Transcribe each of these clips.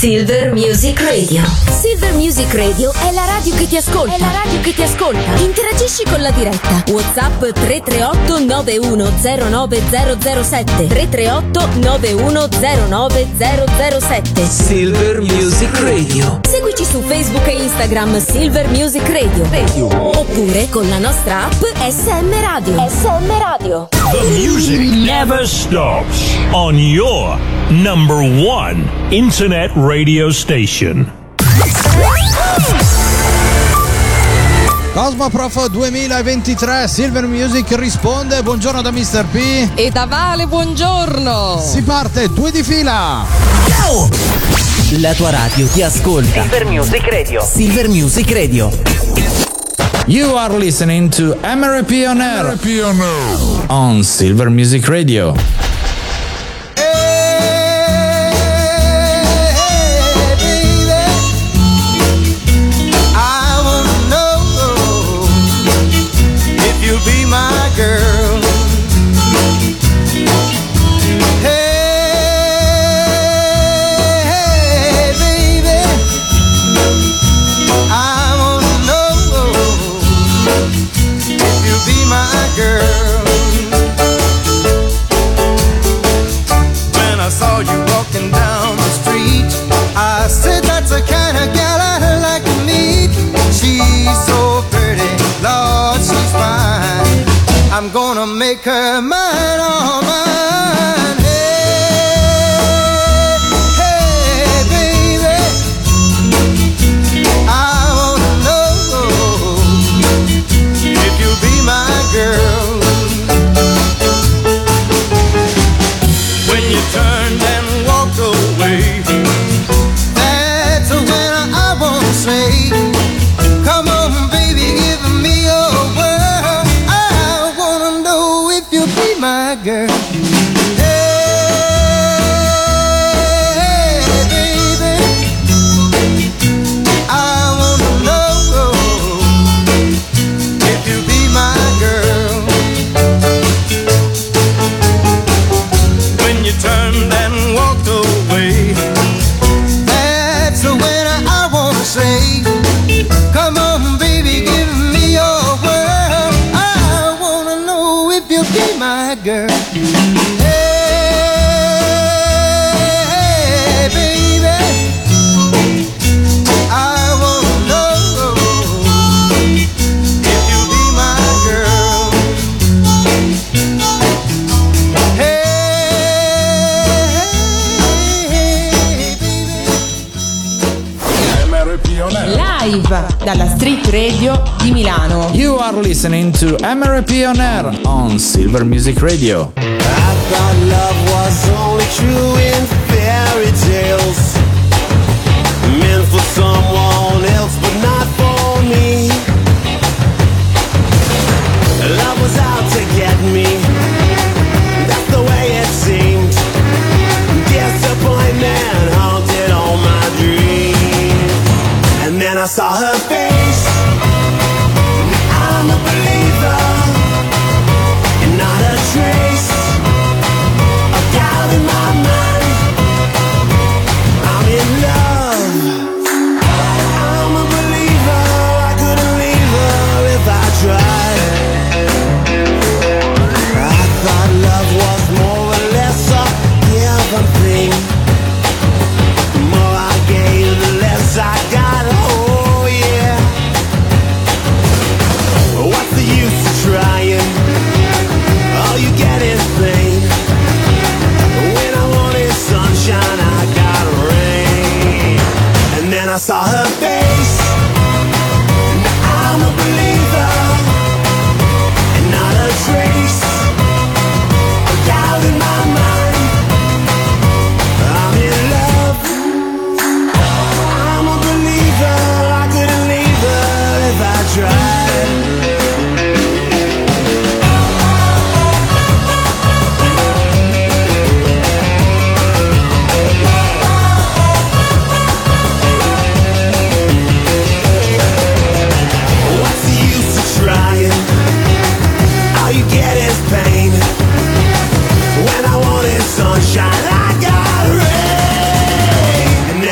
Silver Music Radio. Silver Music Radio è la radio che ti ascolta. Interagisci con la diretta. WhatsApp 338 9109007. 338 9109007. Silver Music Radio. Seguici su Facebook e Instagram Silver Music Radio. Oppure con la nostra app SM Radio. The music never stops on your number one internet radio station. Cosmoprof 2023, Silver Music risponde. Buongiorno da Mr. P. E da Vale, buongiorno. Si parte, 2 di fila. Ciao! La tua radio ti ascolta. Silver Music Radio. Silver Music Radio. You are listening to MRP on Air on Silver Music Radio. I'm gonna make her mine, all mine. Hey, baby, I wanna know if you'll be my girl. When you turned and walked away, that's when I wanna say, come on, baby, give me your word. My girl, hey, baby, I wanna know if you be my girl. When you turned and walked away, that's when I wanna say, come on, baby, give me your word. I wanna know if you be my girl. Hey, baby, I wanna know if you be my girl. Hey, baby. Live dalla Street Radio di Milano. You are listening to MRP on Air on Silver Music Radio. I thought love was only true in fairy tales, meant for someone else but not for me. Love was out to get me, that's the way it seemed. Disappointment haunted all my dreams. And then I saw her face, I'm a believer, and not a trace of doubt in my mind. I'm in love, I'm a believer, I couldn't leave her if I tried. I thought love was more or less a given thing. The more I gave, the less I got. Oh yeah. What's the use of trying? All you get is pain. When I wanted sunshine, I got rain. And then I saw her face. Now I'm a believer, and not a trace of doubt in my mind. I'm in love, I'm a believer, I couldn't leave her if I tried.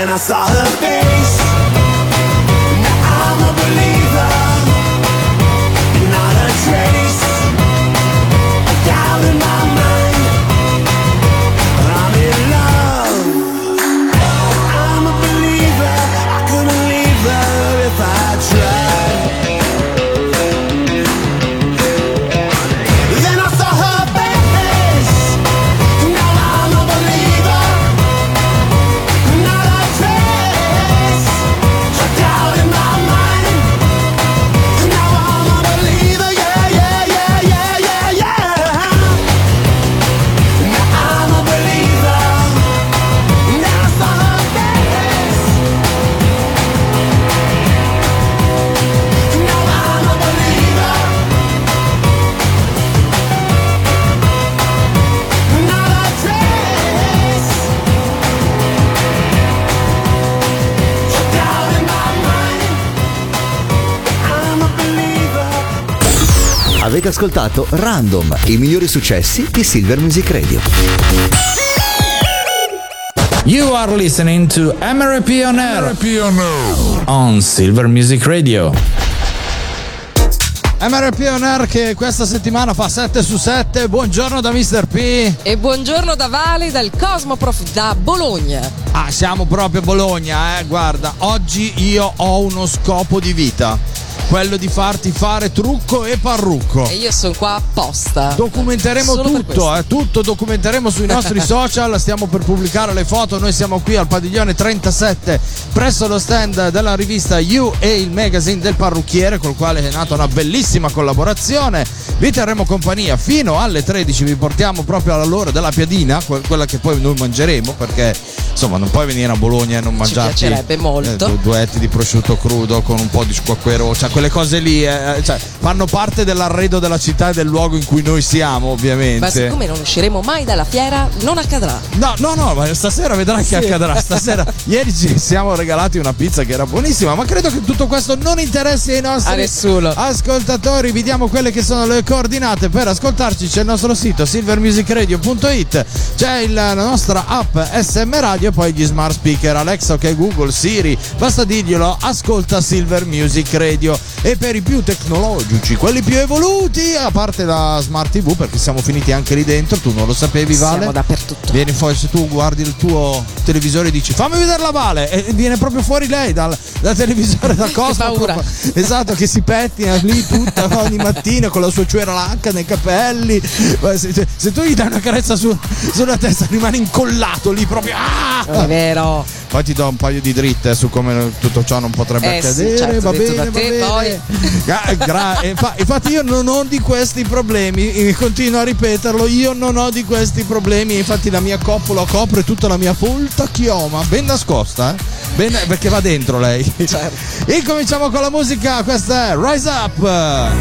I saw her face. Now I'm a believer, not a trace of doubt in my mind. I'm in love, I'm a believer. I couldn't leave her if I tried. Then I saw her face. Now I'm a believer, not a trace of doubt in my mind. Now I'm a believer, yeah, yeah, yeah, yeah, yeah, yeah. Now I'm a believer. Now I saw her face. Now I'm a believer. Not a trace of doubt in my mind. I'm a believer. Avete ascoltato Random, i migliori successi di Silver Music Radio. You are listening to MRP on Air on Silver Music Radio. MRP on Air che questa settimana fa 7 su 7. Buongiorno da Mr. P. E buongiorno da Vale, dal Cosmoprof da Bologna. Ah, siamo proprio a Bologna, guarda, oggi io ho uno scopo di vita, quello di farti fare trucco e parrucco. E io sono qua apposta. Documenteremo Solo per tutto, tutto documenteremo sui nostri social. Stiamo per pubblicare le foto. Noi siamo qui al padiglione 37 presso lo stand della rivista You e il magazine del parrucchiere, col quale è nata una bellissima collaborazione. Vi terremo compagnia fino alle 13. Vi portiamo proprio all'ora della piadina, quella che poi noi mangeremo, perché insomma non puoi venire a Bologna e non mangiarti. Ci piacerebbe molto. Due etti di prosciutto crudo con un po' di squacquero, cioè quelle cose lì cioè, fanno parte dell'arredo della città e del luogo in cui noi siamo, ovviamente. Ma siccome non usciremo mai dalla fiera, non accadrà. No, ma stasera vedrai che accadrà. Stasera, ieri ci siamo regalati una pizza che era buonissima, ma credo che tutto questo non interessi ai nostri a nessuno ascoltatori. Vi diamo quelle che sono le coordinate per ascoltarci. C'è il nostro sito silvermusicradio.it, c'è la nostra app SM Radio e poi gli smart speaker Alexa, ok, Google, Siri, basta dirglielo, ascolta Silver Music Radio. E per i più tecnologici, quelli più evoluti, a parte la smart TV, perché siamo finiti anche lì dentro, tu non lo sapevi, Vale? Siamo dappertutto. Vieni fuori, se tu guardi il tuo televisore e dici fammi vedere la Vale, e viene proprio fuori lei dal televisore da Cosmo. Che paura. Esatto, che si pettina lì tutta ogni mattina con la sua ciuralacca nei capelli. Se tu gli dai una carezza sulla testa rimane incollato lì proprio. È vero. Poi ti do un paio di dritte su come tutto ciò non potrebbe accadere. Sì, certo, va bene, da te, va bene. Infatti io non ho di questi problemi, continuo a ripeterlo, io non ho di questi problemi. Infatti la mia coppola copre tutta la mia folta chioma, ben nascosta, ben, perché va dentro lei. Certo. E cominciamo con la musica, questa è Rise Up.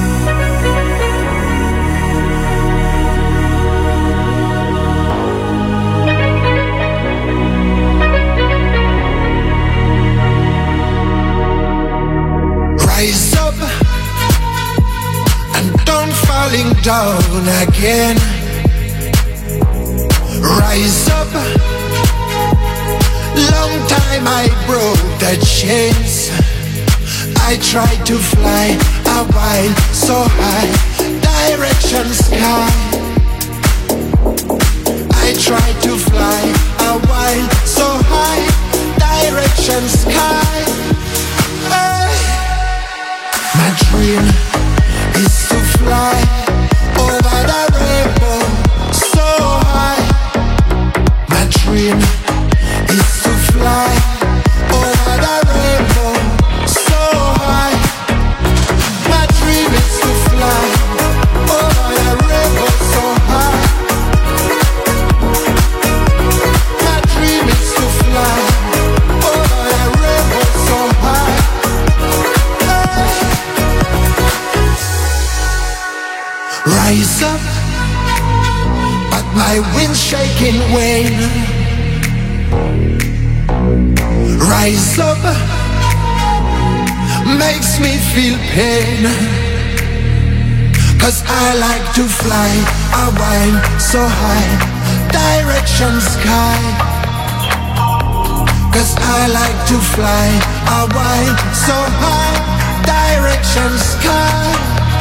Rise up and don't falling down again. Rise up. Long time I broke the chains. I tried to fly a while so high, direction sky. I tried to fly a while so high, direction sky. Hey. My dream is to fly over the rainbow so high. My dream is to fly over the rainbow so high. My dream is to fly over the rainbow so high. My dream is to fly over the rainbow so high. Rise up, but my wind's shaking wane. Rise up, makes me feel pain. 'Cause I like to fly a while so high, direction sky. 'cause I like to fly away so high, direction sky.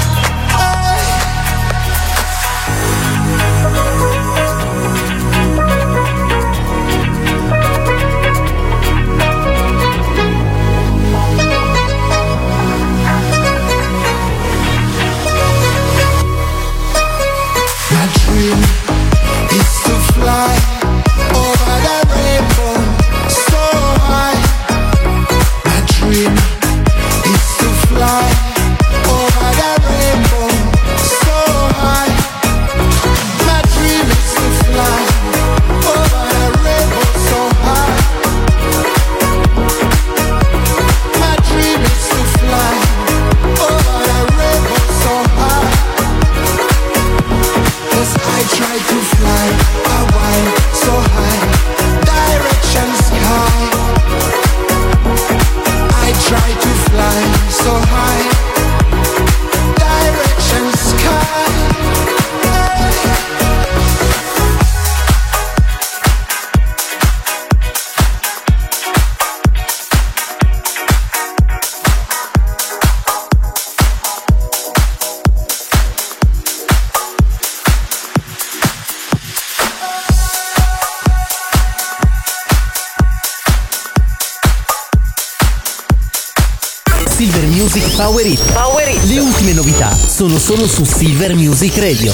My dream is to fly over the rainbow so high. My dream is to fly over the rainbow so high. My dream is to fly over the rainbow so high. My dream is to fly over the rainbow so high. 'Cause I try to fly away so high, direction sky. I try to fly so high, direction sky. Silver Music Power It. Le ultime novità sono solo su Silver Music Radio.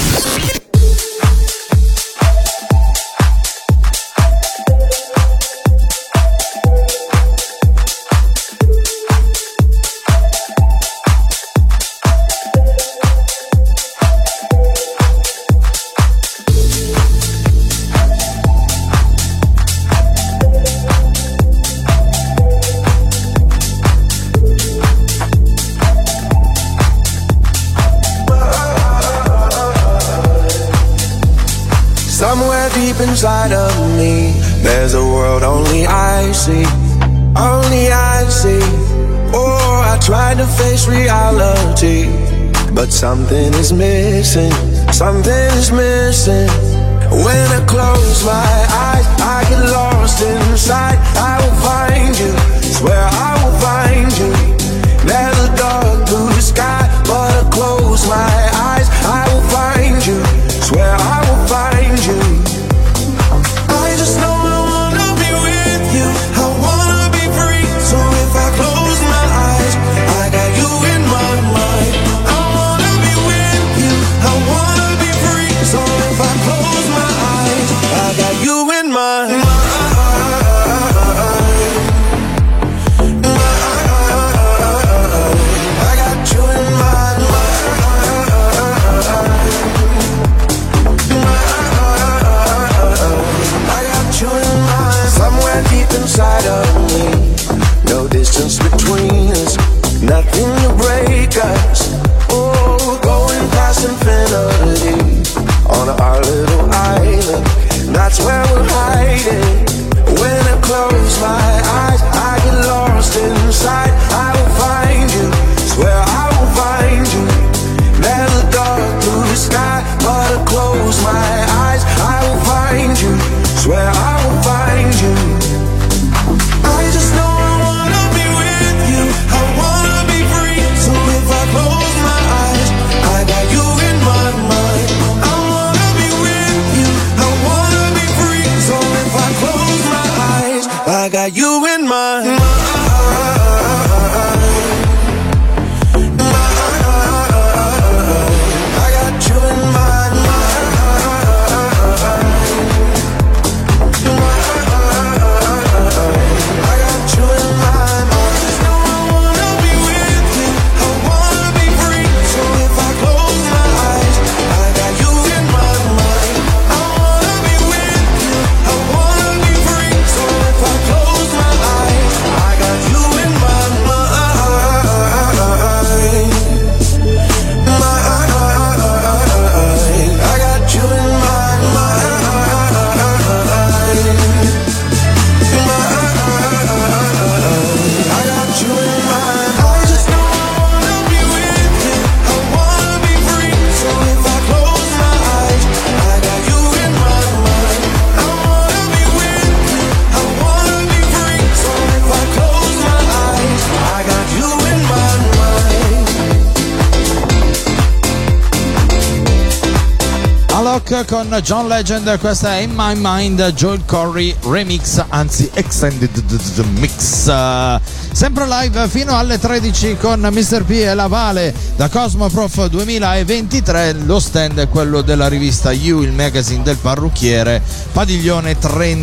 Somewhere deep inside of me, there's a world only I see, only I see. Oh, I try to face reality, but something is missing, something is missing. When I close my eyes, I get lost inside. I will find you, swear I will find you. There's a dark blue sky, but I close my eyes, I will find you, swear I will find you. I just know I wanna be with you, I wanna be free. So if I close my eyes, I got you in my mind. I wanna be with you, I wanna be free. So if I close my eyes, I got you in my mind. I got you in my somewhere deep inside of me, no distance between us, nothing to break us. Oh, going past infinity on our little island, that's where we're hiding. When I close my eyes, I get lost inside. I will find you, swear I will find you. There's a dark blue sky, but I close my eyes, I will find you, swear I will find you. I just know I wanna be with you, I wanna be free. So if I close my eyes, I got you in my mind. I wanna be with you, I wanna be free. So if I close my eyes, I got you in my mind. I got you in my mind. Rock con John Legend, questa è In My Mind, Joel Corry remix, anzi extended mix, sempre live fino alle 13 con Mr. P e la Vale da Cosmoprof 2023. Lo stand è quello della rivista You, il magazine del parrucchiere, padiglione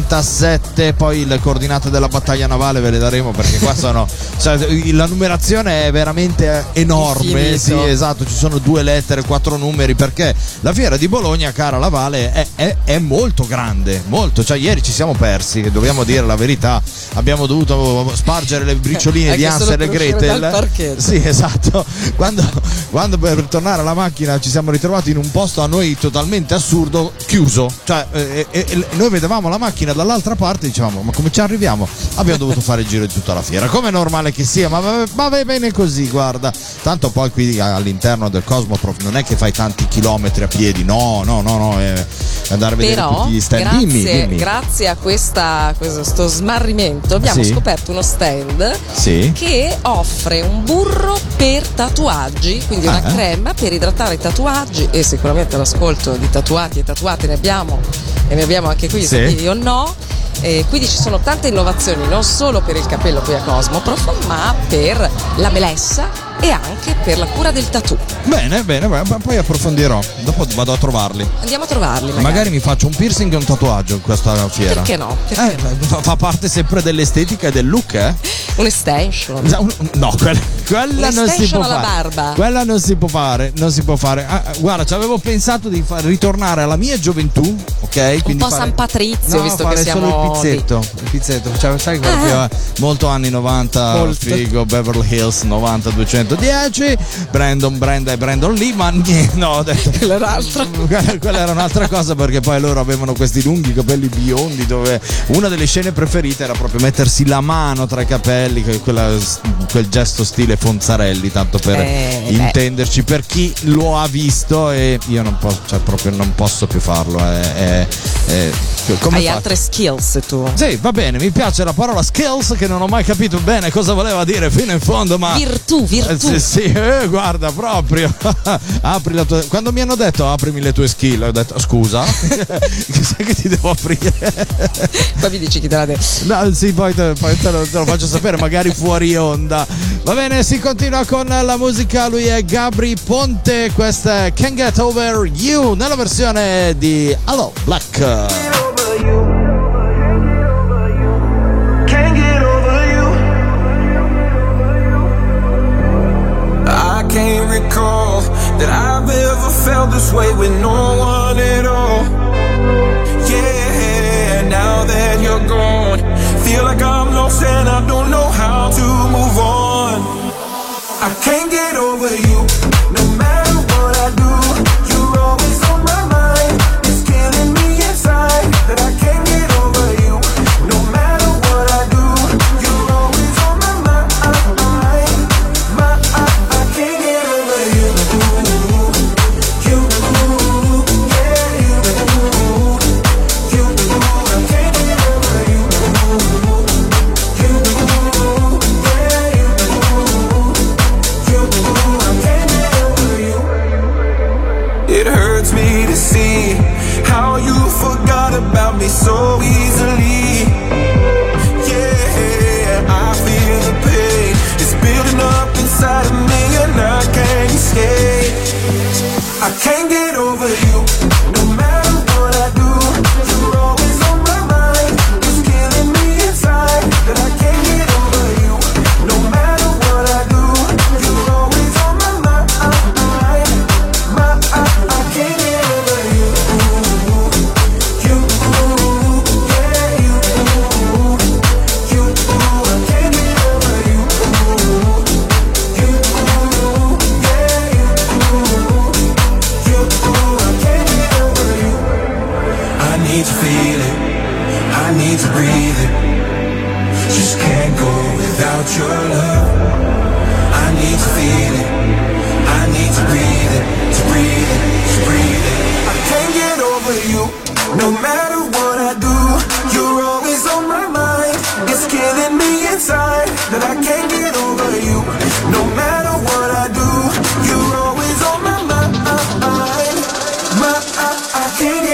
37. Poi le coordinate della battaglia navale ve le daremo, perché qua sono, cioè, la numerazione è veramente enorme. Sì, esatto, ci sono 2 lettere, 4 numeri, perché la fiera di Bologna, cara la Vale, è molto grande, molto. Cioè, ieri ci siamo persi, dobbiamo dire la verità, abbiamo dovuto spargere le bricioline di Hansel e Gretel. Sì, esatto. Quando per tornare alla macchina ci siamo ritrovati in un posto a noi totalmente assurdo, chiuso. Cioè, noi vedevamo la macchina dall'altra parte e dicevamo: ma come ci arriviamo? Abbiamo dovuto fare il giro di tutta la fiera, come è normale che sia, ma va bene così, guarda. Tanto poi qui all'interno del Cosmoprof non è che fai tanti chilometri a piedi, no, andare a vedere tutti gli stand. Dimmi. Grazie a questo smarrimento abbiamo scoperto uno stand che offre un burro per tatuaggi, quindi una crema per idratare i tatuaggi, e sicuramente l'ascolto di tatuati e tatuate ne abbiamo, e ne abbiamo anche qui, io no. E quindi ci sono tante innovazioni, non solo per il capello qui a Cosmoprof, ma per la melessa e anche per la cura del tattoo. Bene, poi approfondirò, dopo vado a trovarli. Andiamo a trovarli. Magari mi faccio un piercing e un tatuaggio in questa fiera. Perché no? Fa parte sempre dell'estetica e del look, Un'extension. No, quella non si può alla fare. Barba. Quella non si può fare. Guarda, ci avevo pensato di ritornare alla mia gioventù, ok? Quindi un po' San Patrizio, visto che siamo solo il pizzetto. Cioè, sai, proprio molto anni 90, molto. Figo, Beverly Hills 90 210, Brandon Lee, ma no, ho detto quella era un'altra cosa, perché poi loro avevano questi lunghi capelli biondi, dove una delle scene preferite era proprio mettersi la mano tra i capelli, quel gesto stile Fonzarelli, tanto per intenderci, per chi lo ha visto, e io non posso, cioè proprio non posso più farlo. Hai altre skills tu? Sì, va bene, mi piace la parola skills, che non ho mai capito bene cosa voleva dire fino in fondo, ma virtù. Sì, guarda, proprio apri la tua. Quando mi hanno detto aprimi le tue skill, ho detto scusa, sai che ti devo aprire? Poi mi dici chi te l'ha detto. No, sì, poi te lo faccio sapere, magari fuori onda. Va bene, si continua con la musica. Lui è Gabry Ponte, questa è Can't Get Over You nella versione di Hello Black. Can't recall that I've ever felt this way with no one at all. Yeah, now that you're gone, feel like I'm lost and I don't know how to move on. I can't get over you, no matter what I do. You're always on my mind, it's killing me inside that I can't get over you. No matter what I do, you're always on my mind. I can't get over you. You, yeah, you, I can't get over you. You, yeah, I can't get over you. It hurts me to see how you forgot about me so easily. Yeah, I feel the pain, it's building up inside of me and I can't escape. I can't get over you, no matter what I do. You're always on my mind, it's killing me inside that I can't get over you. No matter what I do, you're always on my mind. I can't get over you. You, yeah, you, I can't get over you. You, yeah, you, I can't get over you. I need to feel it, I need to breathe it. Just can't go without your love. I need to feel it, I need to breathe it, to breathe it, to breathe it. I can't get over you, no matter what I do. You're always on my mind, it's killing me inside that I can't get over you. No matter what I do, you're always on my mind. I can't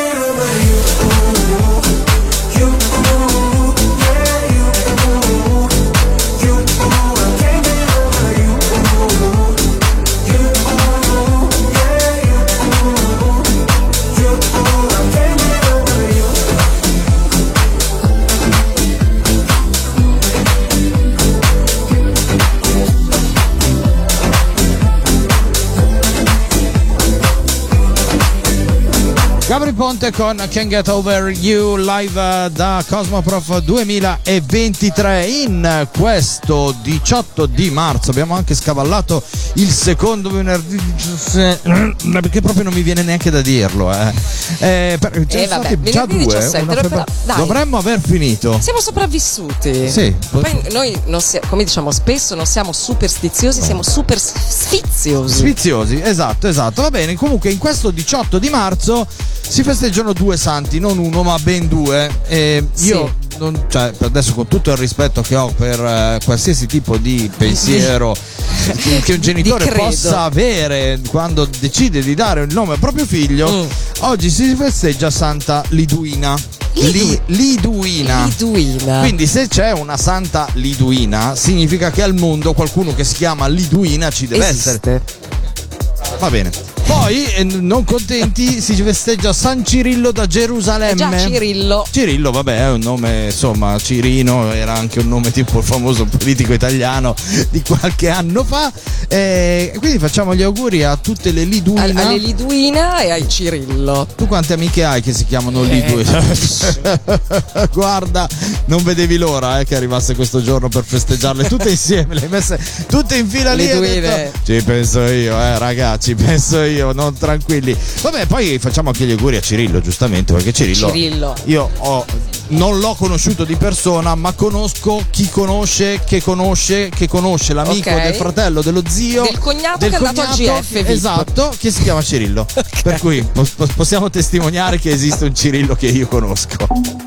Gabri Ponte con Can't Get Over You live da Cosmoprof 2023. In questo 18 di marzo abbiamo anche scavallato il secondo venerdì, perché proprio non mi viene neanche da dirlo. Vabbè, già due, 17, però, dovremmo aver finito. Siamo sopravvissuti. Sì. Poi noi non come diciamo spesso, non siamo superstiziosi, siamo super sfiziosi. Esatto. Va bene, comunque in questo 18 di marzo si festeggiano due santi, non uno ma ben due. Io adesso, con tutto il rispetto che ho per qualsiasi tipo di pensiero che un genitore possa avere quando decide di dare il nome al proprio figlio, oggi si festeggia Santa Liduina. Liduina. Quindi se c'è una Santa Liduina significa che al mondo qualcuno che si chiama Liduina ci deve essere. Va bene. Poi, non contenti, si festeggia San Cirillo da Gerusalemme. Già Cirillo, vabbè, è un nome, insomma, Cirino era anche un nome tipo il famoso politico italiano di qualche anno fa. Quindi facciamo gli auguri a tutte le Liduina. Alle Liduina e al Cirillo. Tu quante amiche hai che si chiamano Liduina? Guarda, non vedevi l'ora che arrivasse questo giorno per festeggiarle tutte insieme. Le hai messe tutte in fila lì. Detto, ci penso io, ragazzi, penso io. Non tranquilli. Vabbè, poi facciamo anche gli auguri a Cirillo, giustamente, perché Cirillo. Io non l'ho conosciuto di persona, ma conosco chi conosce che conosce l'amico del fratello, dello zio, del cognato che è andato al GF. Esatto, che si chiama Cirillo. Okay. Per cui possiamo testimoniare che esiste un Cirillo che io conosco.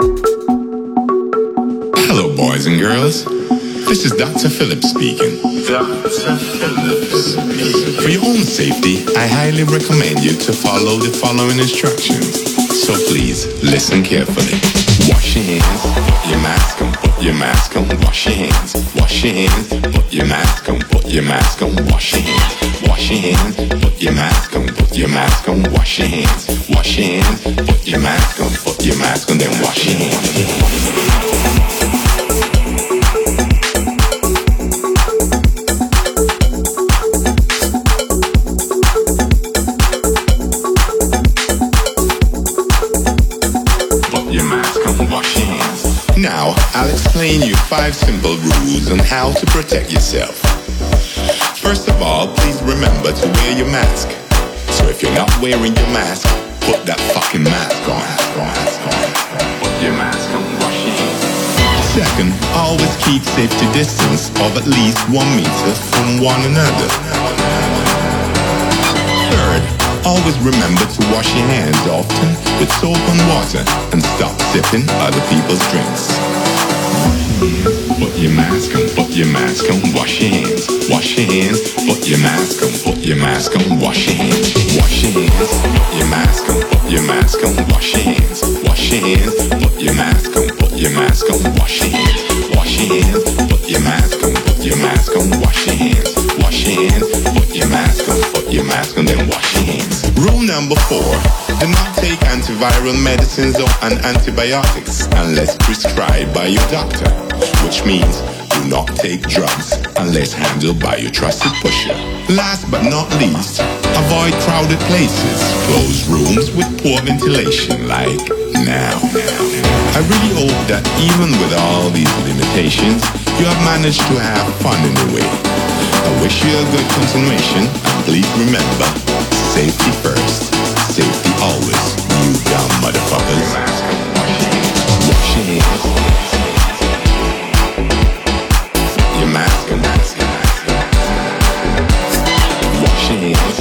Hello, boys and girls. This is Dr. Phillips speaking. Dr. Phillips speaking. For your own safety, I highly recommend you to follow the following instructions. So please, listen carefully. Wash your hands, put your mask on, put your mask on, wash your hands. Wash your hands, put your mask on, put your mask on, wash your hands. Wash your hands, put your mask on, put your mask on, wash your hands. Wash your hands, put your mask on, put your mask on, then wash your hands. Now, I'll explain you 5 simple rules on how to protect yourself. First of all, please remember to wear your mask. So if you're not wearing your mask, put that fucking mask on. Put your mask on, wash your hands. Second, always keep safety distance of at least 1 meter from one another. Third, always remember to wash your hands often with soap and water and stop sipping other people's drinks. Put your mask on, put your mask on, wash your hands. Wash your hands, put your mask on, put your mask on, wash your hands. Wash your hands, put your mask on, put your mask on, wash your hands. Wash your hands, put your mask on, put your mask on, wash your hands. Wash your hands, put your mask on, put your mask on, wash your hands. Wash your hands, put your mask on, put your mask on, then wash your hands. Rule number 4, do not take antiviral medicines or antibiotics unless prescribed by your doctor, which means do not take drugs unless handled by your trusted pusher. Last but not least, avoid crowded places, closed rooms with poor ventilation like now. I really hope that even with all these limitations, you have managed to have fun in a way. I wish you a good continuation, and please remember, safety first, safety always, you dumb motherfuckers. Wash your hands. Your mask on. Wash your hands.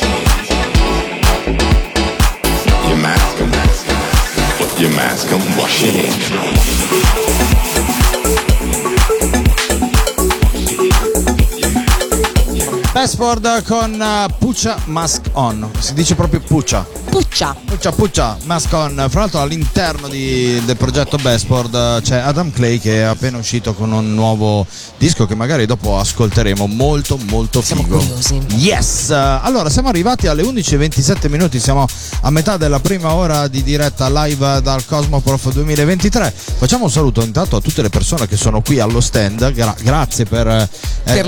Your mask on. Put your mask on, wash your hands. Passport con Puccia Mask On, si dice proprio Puccia Mask On. Fra l'altro all'interno del progetto Passport c'è Adam Clay che è appena uscito con un nuovo disco che magari dopo ascolteremo, molto molto figo. Siamo curiosi. Yes! Allora siamo arrivati alle 11:27 minuti, siamo a metà della prima ora di diretta live dal Cosmoprof 2023. Facciamo un saluto intanto a tutte le persone che sono qui allo stand, grazie per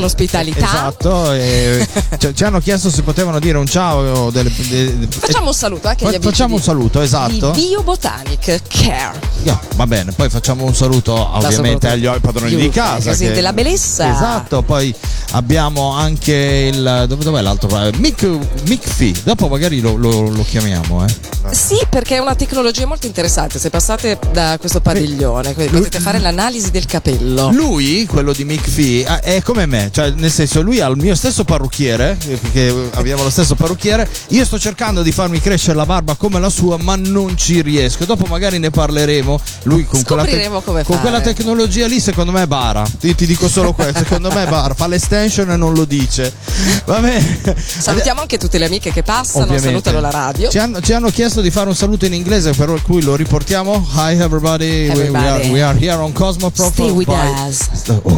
l'ospitalità. Esatto, ci hanno chiesto se potevano dire un ciao. Facciamo un saluto. saluto anche agli amici. Facciamo un saluto, esatto. Di Biobotanic Care. Va bene, poi facciamo un saluto ovviamente agli padroni di casa. Della bellezza. Esatto, poi abbiamo anche dov'è l'altro? Micfi. Dopo magari lo chiamiamo, Sì, perché è una tecnologia molto interessante. Se passate da questo padiglione, potete fare l'analisi del capello. Lui, quello di Micfi, è come me, cioè nel senso lui ha il mio stesso parrucchiere, perché abbiamo lo stesso parrucchiere. Io sto cercando di farmi crescere la barba come la sua, ma non ci riesco. Dopo magari ne parleremo. Lui con quella tecnologia lì, secondo me bara. Ti dico solo questo, secondo me bara. Fa l'estension e non lo dice. Va bene. Salutiamo anche tutte le amiche che passano, ovviamente. Salutano la radio. Ci hanno chiesto di fare un saluto in inglese, per cui lo riportiamo. Hi everybody. We are here on Cosmo Stay with us.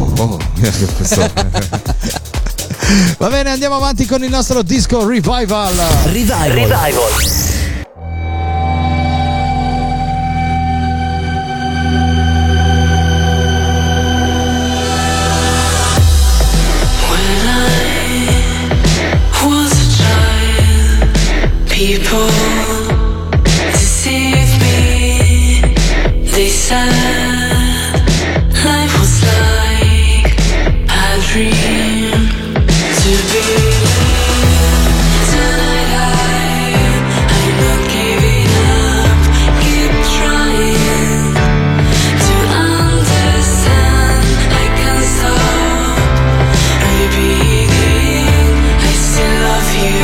Va bene, andiamo avanti con il nostro disco Revival. People deceive me. They said life was like a dream to be. Tonight I'm not giving up. Keep trying to understand. I can't stop repeating. I still love you.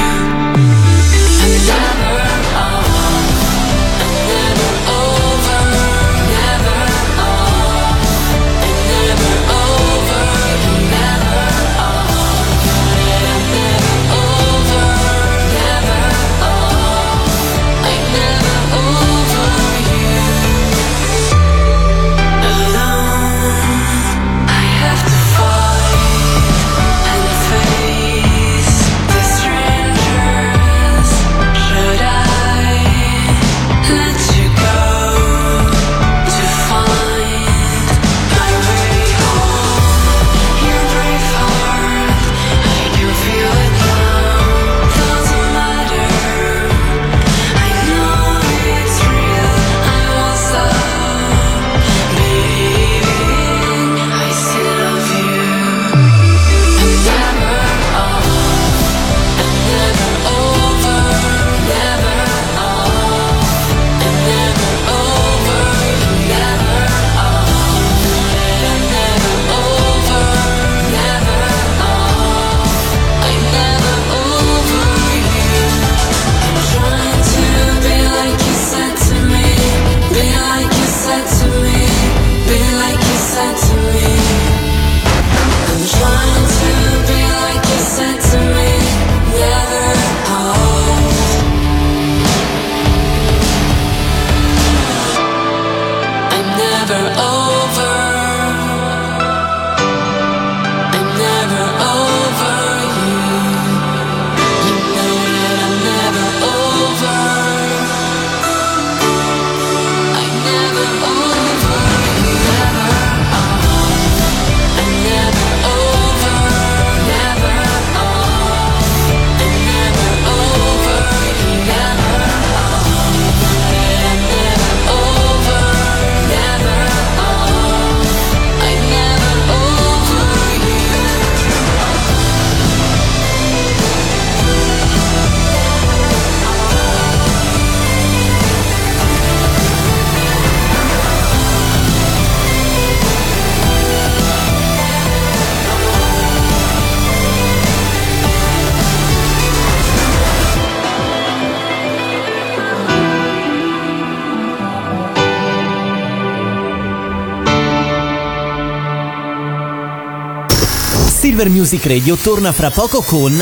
Silver Music Radio torna fra poco con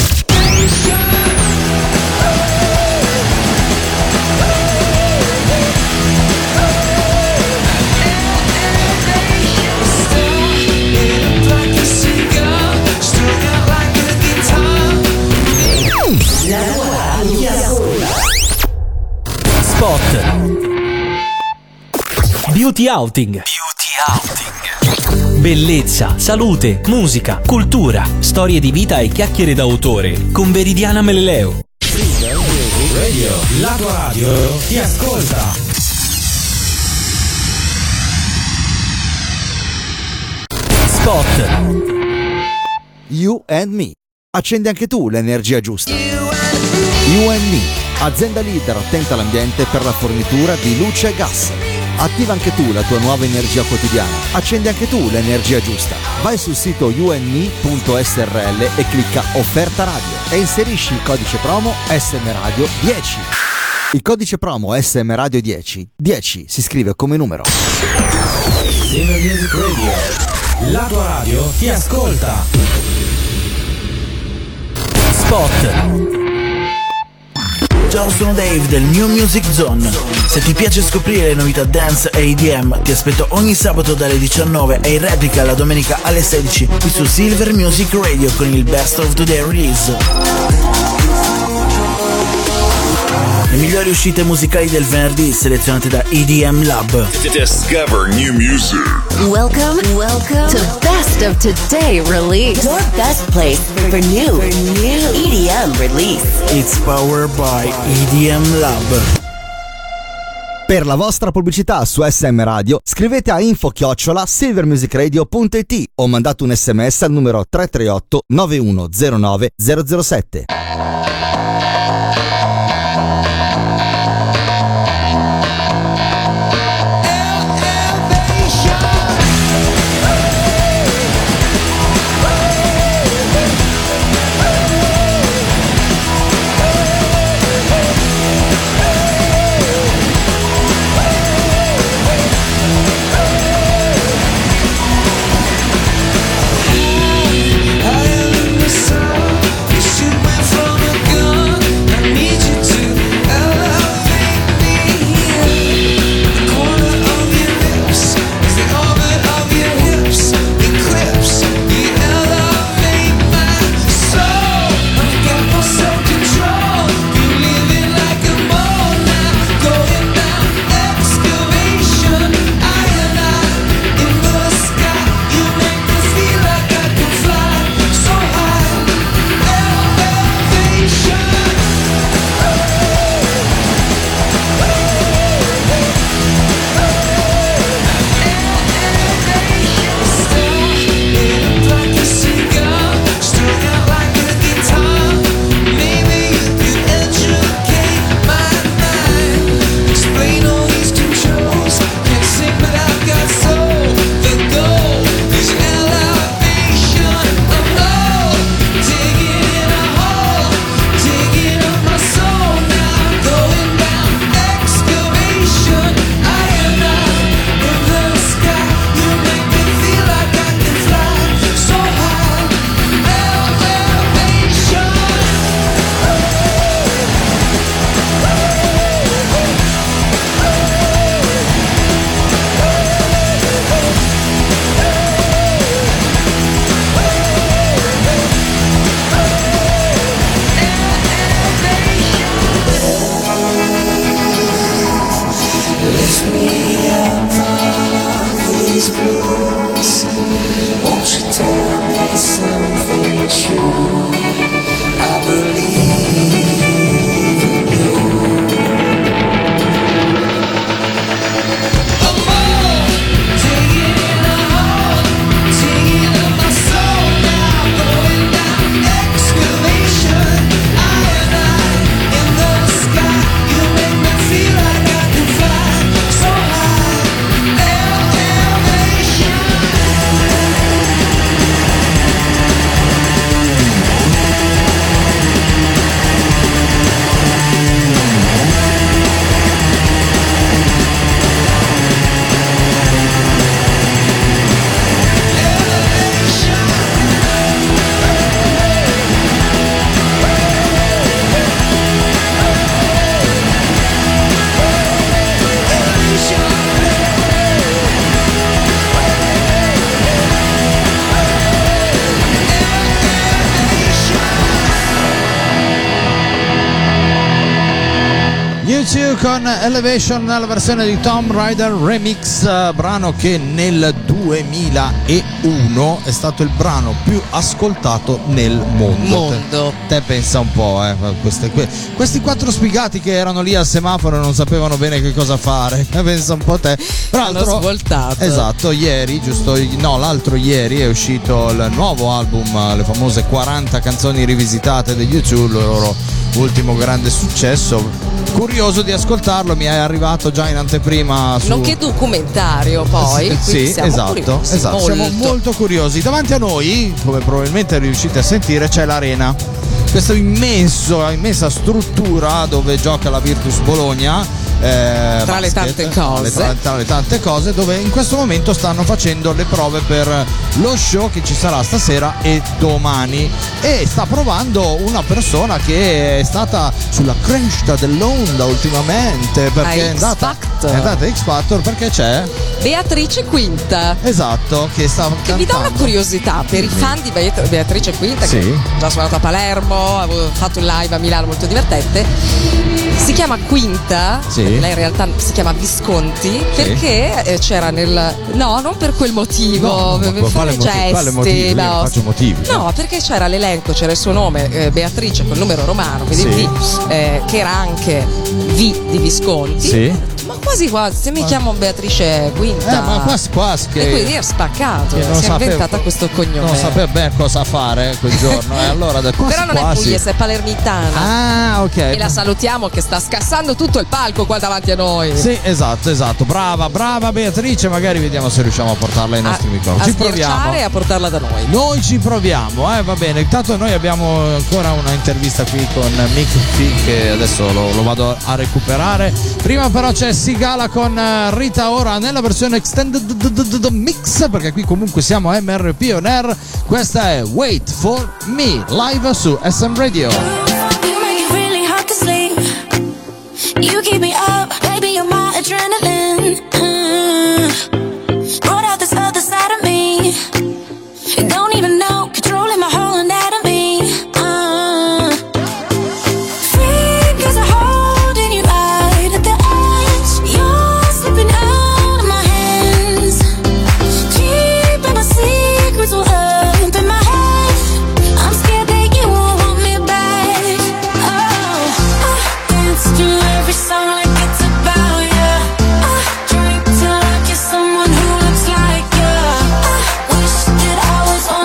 Spot Beauty Outing. Bellezza, salute, musica, cultura, storie di vita e chiacchiere d'autore con Veridiana Meleleo. Radio, la tua radio ti ascolta. Spot. You and Me. Accendi anche tu l'energia giusta. You and Me, azienda leader attenta all'ambiente per la fornitura di luce e gas. Attiva anche tu la tua nuova energia quotidiana. Accendi anche tu l'energia giusta. Vai sul sito youndme.srl e clicca Offerta Radio e inserisci il codice promo SM Radio 10. Il codice promo SM Radio 10 si scrive come numero. Silver Music Radio, la tua radio ti ascolta. Spot. Ciao, sono Dave del New Music Zone. Se ti piace scoprire le novità dance e EDM, ti aspetto ogni sabato dalle 19 e in replica la domenica alle 16 qui su Silver Music Radio con il Best of the Day Release. Le migliori uscite musicali del venerdì selezionate da EDM Lab. Discover new music. Welcome to Best of Today Release. Your best place for new EDM release. It's powered by EDM Lab. Per la vostra pubblicità su SM Radio scrivete a info@silvermusicradio.it o mandate un SMS al numero 338 9109 007. You con Elevation nella versione di Tomb Raider Remix, brano che nel 2001 è stato il brano più ascoltato nel mondo. Te pensa un po', questi quattro sfigati che erano lì al semaforo e non sapevano bene che cosa fare. Pensa un po' te. Hanno svoltato. Esatto, ieri, l'altro ieri è uscito il nuovo album, le famose 40 canzoni rivisitate degli U2, il loro ultimo grande successo. Curioso di ascoltarlo, mi è arrivato già in anteprima su... Nonché documentario poi. Sì, esatto, siamo molto curiosi. Davanti a noi, come probabilmente riuscite a sentire, c'è l'Arena, questa immensa struttura dove gioca la Virtus Bologna. Tra le tante cose, dove in questo momento stanno facendo le prove per lo show che ci sarà stasera e domani, e sta provando una persona che è stata sulla crescita dell'onda ultimamente, perché è andata a X Factor, perché c'è Beatrice Quinta, esatto, che mi dà una curiosità per i fan di Beatrice Quinta, che ho già suonato a Palermo, avevo fatto un live a Milano molto divertente. Si chiama Quinta, lei in realtà si chiama Visconti, perché c'era no, non per quel motivo, quale motivo? No. Faccio motivi. No, perché c'era l'elenco, c'era il suo nome, Beatrice col numero romano, quindi che era anche V di Visconti. Sì. Ma quasi se mi chiamo Beatrice Quinta, ma quasi e quindi è spaccato, si è inventata questo cognome, non sapeva bene cosa fare quel giorno, allora però non è pugliese, è palermitana. Ok, e la salutiamo che sta scassando tutto il palco qua davanti a noi. Sì, esatto, brava Beatrice, magari vediamo se riusciamo a portarla ai nostri microfoni, ci proviamo e a portarla da noi ci proviamo, va bene. Intanto noi abbiamo ancora una intervista qui con Mick T, che adesso lo vado a recuperare. Prima però c'è Sigala con Rita Ora nella versione extended mix, perché qui comunque siamo a MRP On Air. Questa è Wait For Me live su SM Radio. You keep me up, baby, you're my adrenaline. Brought out this other side of me. You don't even know, controlling my whole anatomy. Fingers are holding you right at the edge. You're slipping out of my hands. Keeping my secrets all up in my head. I'm scared that you won't want me back. Oh, I dance to every song like it's about you. I drink till I kiss someone who looks like you. I wish that I was on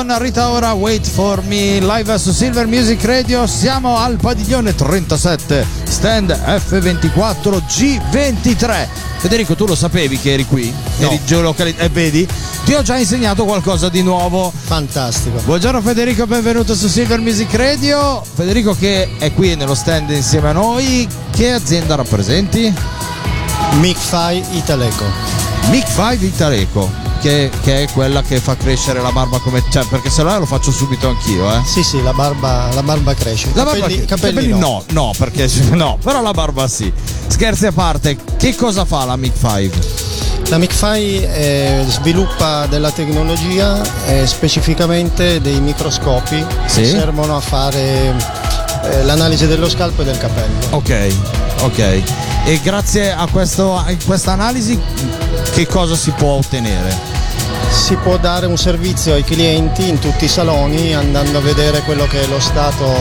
con Rita Ora, Wait for Me, live su Silver Music Radio. Siamo al padiglione 37, stand F24 G23. Federico, tu lo sapevi che eri qui? No. Eri geolocalizzato e vedi? Ti ho già insegnato qualcosa di nuovo. Fantastico. Buongiorno Federico, benvenuto su Silver Music Radio. Federico che è qui nello stand insieme a noi, che azienda rappresenti? MIG5 Italeco. MIG5 Italeco, che è quella che fa crescere la barba come... Cioè, perché se no lo faccio subito anch'io, eh? Sì, la barba cresce. Capelli no, perché no, però la barba sì. Scherzi a parte, che cosa fa la MIG5? La MIG5 sviluppa della tecnologia, specificamente dei microscopi che servono a fare l'analisi dello scalpo e del capello. Ok. E grazie a questa analisi che cosa si può ottenere? Si può dare un servizio ai clienti in tutti i saloni, andando a vedere quello che è lo stato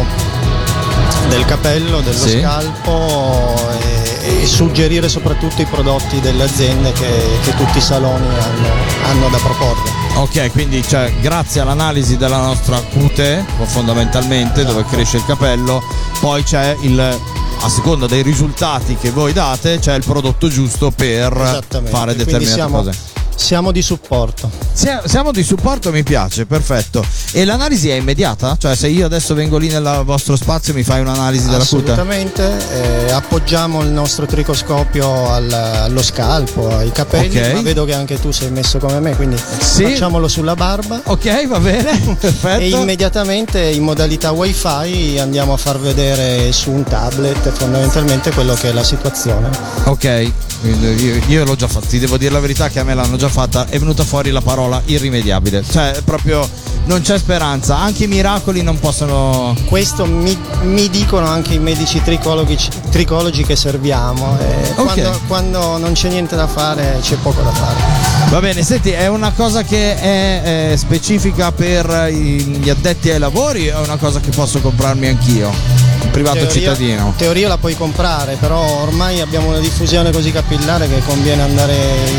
del capello, dello scalpo e suggerire soprattutto i prodotti delle aziende che tutti i saloni hanno da proporre. Ok, quindi grazie all'analisi della nostra cute, fondamentalmente, dove cresce il capello, poi c'è a seconda dei risultati che voi date, c'è il prodotto giusto per fare determinate cose. Siamo di supporto. Siamo di supporto, mi piace, perfetto. E l'analisi è immediata? Cioè, se io adesso vengo lì nel vostro spazio, mi fai un'analisi della cute? Assolutamente, appoggiamo il nostro tricoscopio allo scalpo, ai capelli, ma vedo che anche tu sei messo come me, quindi facciamolo sulla barba. Ok, va bene, perfetto. E immediatamente in modalità wifi andiamo a far vedere su un tablet fondamentalmente quello che è la situazione. Ok, io l'ho già fatto, ti devo dire la verità che a me l'hanno già fatta, è venuta fuori la parola irrimediabile, cioè proprio non c'è speranza, anche i miracoli non possono. Questo mi dicono anche i medici tricologi che serviamo, quando non c'è niente da fare c'è poco da fare. Va bene, senti, è una cosa che è specifica per gli addetti ai lavori o è una cosa che posso comprarmi anch'io? Privato cittadino. In teoria la puoi comprare, però ormai abbiamo una diffusione così capillare che conviene andare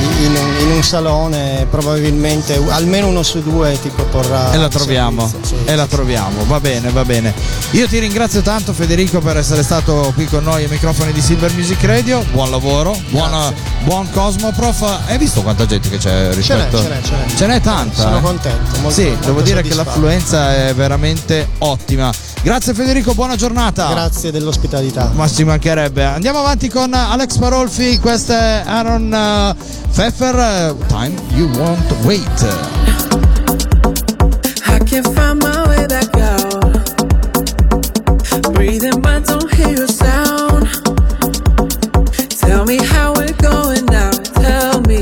in un salone, probabilmente almeno uno su due ti proporrà. E la troviamo, la troviamo, va bene. Io ti ringrazio tanto Federico per essere stato qui con noi ai microfoni di Silver Music Radio, buon lavoro, buon Cosmoprof. Hai visto quanta gente che c'è rispetto? Ce n'è tanta. Sono contento. Devo dire che l'affluenza è veramente ottima. Grazie Federico, buona giornata. Grazie dell'ospitalità. Ma ci mancherebbe. Andiamo avanti con Alex Parolfi, questo è Aaron Pfeffer, Time You Won't Wait. I can't find my way back out. Breathing but don't hear a sound. Tell me how we're going now. Tell me.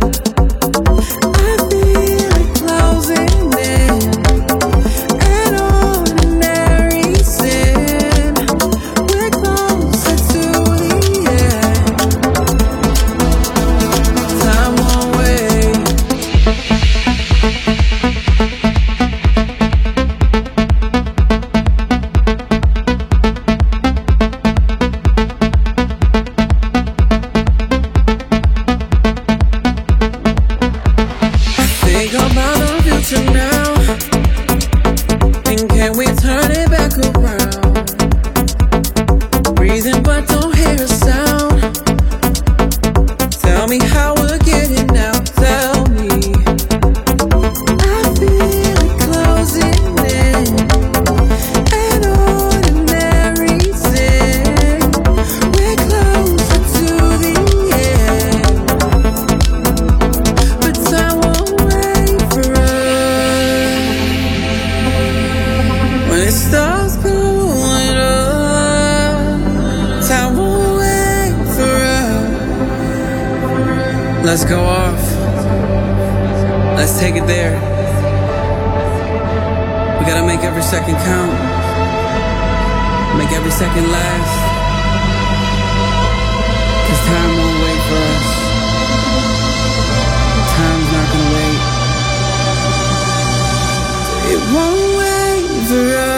I feel it closing in. An ordinary sin. We're closer to the end. Time won't wait. Think about the future now. And can we turn it back around? Breathing but don't hear a sound. Tell me how we're getting now. Tell me. I feel it closing in. An ordinary sin. We're closer to the end. But time won't wait for us. When it starts going up, time won't wait for us. Let's go off. Let's take it there. We gotta make every second count. Make every second last. 'Cause time won't wait for us. Time's not gonna wait. It won't wait for us.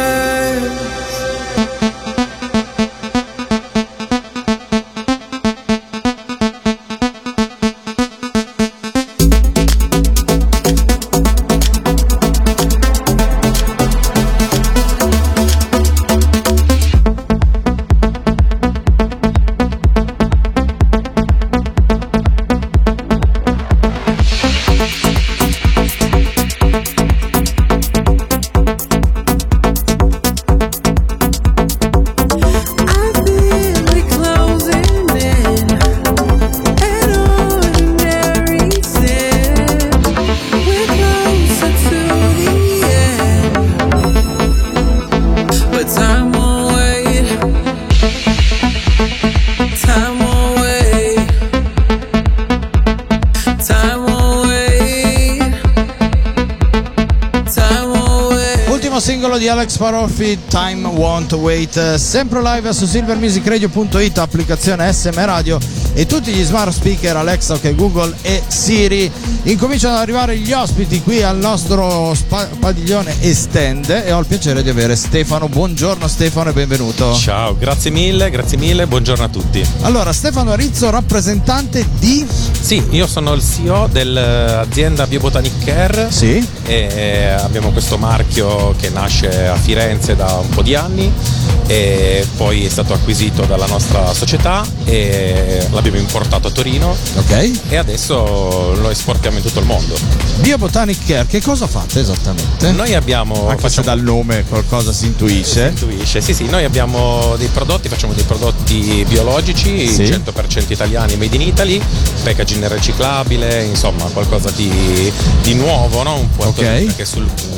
Alex Paroffi, Time Won't Wait, sempre live su silvermusicradio.it, applicazione SM Radio e tutti gli smart speaker Alexa, OK Google e Siri. Incominciano ad arrivare gli ospiti qui al nostro padiglione e stand e ho il piacere di avere Stefano. Buongiorno Stefano e benvenuto. Ciao, grazie mille, buongiorno a tutti. Allora, Stefano Rizzo, rappresentante di... Sì, io sono il CEO dell'azienda Biobotanic Care. Sì. E abbiamo questo marchio che nasce a Firenze da un po' di anni e poi è stato acquisito dalla nostra società e l'abbiamo importato a Torino. Ok. E adesso lo esportiamo in tutto il mondo. Biobotanic Care, che cosa fate esattamente? Noi abbiamo... Anche se dal nome qualcosa si intuisce. Sì, noi abbiamo dei prodotti, facciamo dei prodotti biologici, sì. 100% italiani, made in Italy, packaging reciclabile, insomma qualcosa di nuovo, no? Un po' okay. Che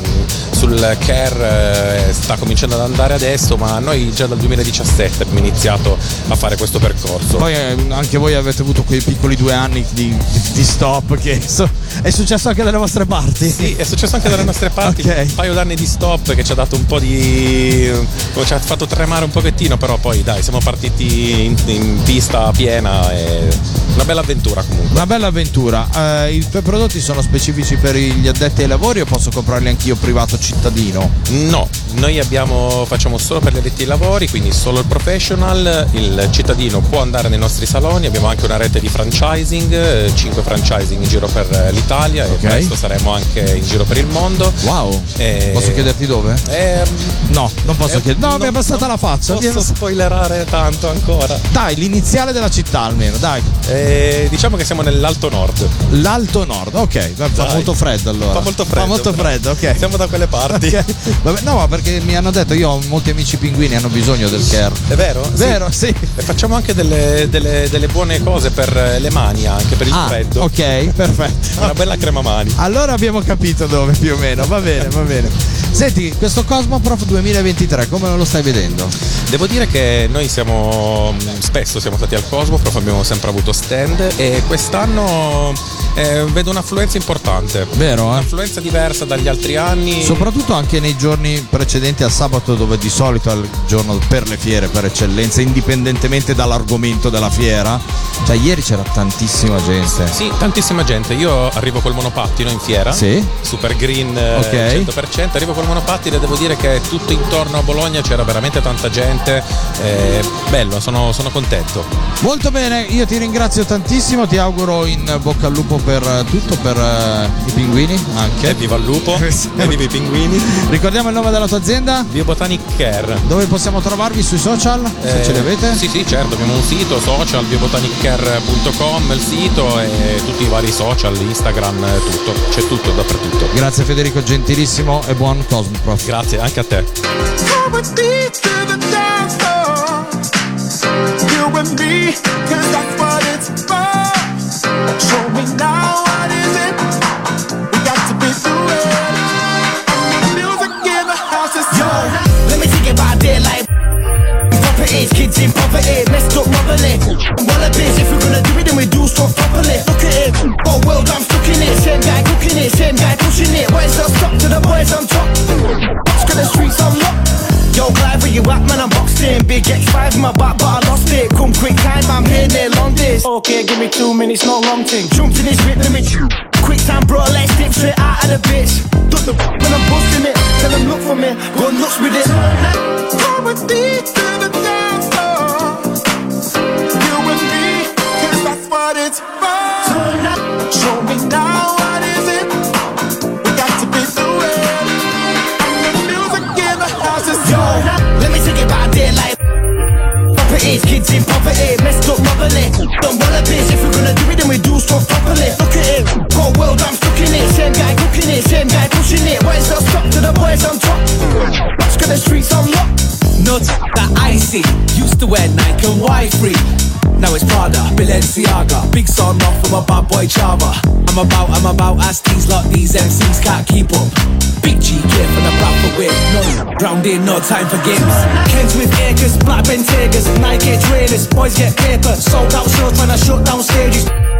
sul care sta cominciando ad andare adesso, ma noi già dal 2017 abbiamo iniziato a fare questo percorso. Poi anche voi avete avuto quei piccoli 2 anni di stop che è successo anche dalle vostre parti. Sì, è successo anche dalle nostre parti. Okay. Un paio d'anni di stop che ci ha dato un po' ci ha fatto tremare un pochettino, però poi dai, siamo partiti in pista piena e una bella avventura comunque. Una bella avventura. I tuoi prodotti sono specifici per gli addetti ai lavori o posso comprarli anch'io privato cittadino? No, noi facciamo solo per gli addetti ai lavori, quindi solo il professional. Il cittadino può andare nei nostri saloni, abbiamo anche una rete di franchising, 5 franchising in giro per l'Italia, okay. E presto saremo anche in giro per il mondo. Wow. Posso chiederti dove? No, non posso chiedere. No, mi è passata la faccia. Posso spoilerare tanto ancora. Dai, l'iniziale della città almeno, dai. Diciamo che siamo nell'Alto Nord. L'Alto Nord, ok. Fa molto freddo allora. Fa molto freddo, ok. Siamo da quelle parti. Okay. Vabbè, no, ma perché mi hanno detto, io ho molti amici pinguini, hanno bisogno del care. È vero? Vero, sì. E facciamo anche delle buone cose per le mani, anche per il freddo. Ok, perfetto. Una bella crema mani. Allora abbiamo capito dove più o meno, va bene. Senti, questo Cosmoprof 2023 come lo stai vedendo? Devo dire che noi spesso siamo stati al Cosmoprof, abbiamo sempre avuto stand e quest'anno vedo un'affluenza importante. Vero? Un'affluenza diversa dagli altri anni. Soprattutto anche nei giorni precedenti al sabato, dove di solito è il giorno per le fiere per eccellenza, indipendentemente dall'argomento della fiera. Cioè ieri c'era tantissima gente. Sì, tantissima gente. Io arrivo col monopattino in fiera. Sì. Super green, okay. 100%. Arrivo col monopattino e devo dire che tutto intorno a Bologna c'era veramente tanta gente. Bello, sono contento. Molto bene, io ti ringrazio tantissimo, ti auguro in bocca al lupo per tutto, per i pinguini anche. E viva il lupo, e viva i pinguini. Ricordiamo il nome della tua azienda? Biobotanic Care. Dove possiamo trovarvi sui social? Se ce li avete? Sì, certo, abbiamo un sito social, biobotaniccare.com, il sito e tutti i vari social, Instagram, tutto, c'è tutto dappertutto. Grazie Federico, gentilissimo e buon Cosmoprof. Grazie, anche a te. You and me, 'cause that's what it's for. Show me now, what is it? We got to be through it. Music in the house is yo, let me take it by daylight. Properties, kids in poverty, messed up mobbing. Wallabies, if we're gonna do it, then we do stuff properly. Look at it, oh world, I'm stuck in it. Same guy cooking it, same guy pushing it. Why is that stuck to the boys on top? Let's get the streets on lock. Yo, Clive, where you at, man? I'm boxed in. Big X5 in my back, but I lost it. Come quick time, I'm here near long days. Okay, give me 2 minutes, no long thing. Jump to this whip, let me chew. Quick time, bro, let's dip straight out of the bitch. Duck the when I'm busting it. Tell them look for me, go nuts with it. Come with me to the dance floor. You and me, 'cause that's what it's for. Show me now, what is it? We got to be through it. And the music in the house is yo, let me take it by daylight. Properties, kids in poverty, messed up mobbing. Don't wallabies, if we're gonna do it, then we do stuff properly. Look at it, cold world, I'm stuck in it. Same guy cooking it, same guy pushing it. Why is that stuck to the boys on top? Let's get the streets on lock. Not that icy, used to wear Nike and Y3. Now it's Prada, Balenciaga. Big son off from a bad boy Chava. I'm about, ask these lot, these MCs can't keep up. Big G gear for the proper whip. No, round in, no time for games. Kens with acres, black Bentegas, Nike trainers. Boys get paper, sold out shows when I shut down stages.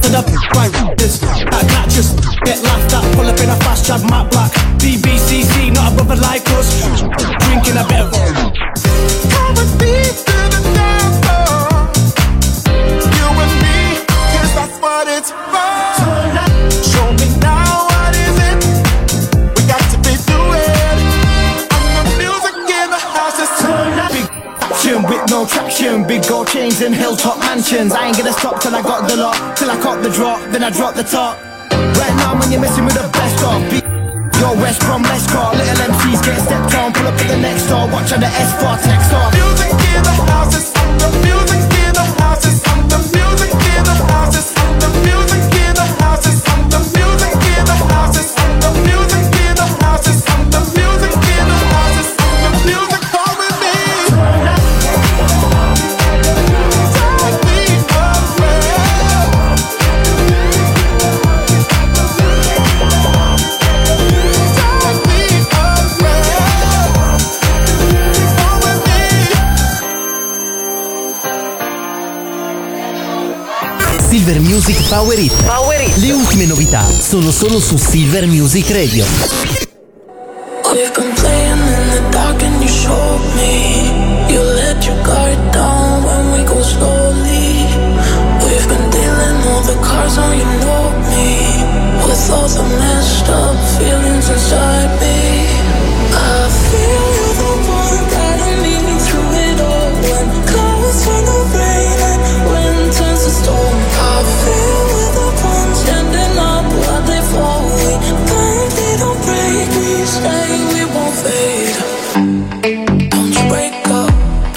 to the right this that just get laughed at. Pull up in a fast cab, matte black. BBCC, not a brother like us. Drinking a bit of. Come with me to the dance floor. You and me, 'cause that's what it's for. Show me now, what is it? We got to be doing. And the music in the house is tonight. Big action with no traction. Big gold chains and hilltop mansions. I ain't gonna stop till I got the lot. Till I caught the drop, then I drop the top. Right now when you're messing with the best of. Yo, West Brom, let's call. Little MCs get stepped on. Pull up to the next door. Watch how the S4 text off. Music in the house is on. The music in the house is on. The music in the house is on. The music in the house is on. The music in the house is on. The music in the house is on. The music in the house is on. The music for with me. Silver Music Power Hit. Le ultime novità sono solo su Silver Music Radio. We've been playing in the dark and you showed me. You let your guard down when we go slowly. We've been dealing all the cards on, you know me. With all the messed up feelings inside me. I feel you're the one guiding me through it all. When clouds turn to rain and wind turns to storm. I feel we're the ones standing up while they fall. We bend, they don't break. We stay, we won't fade. Don't you break up.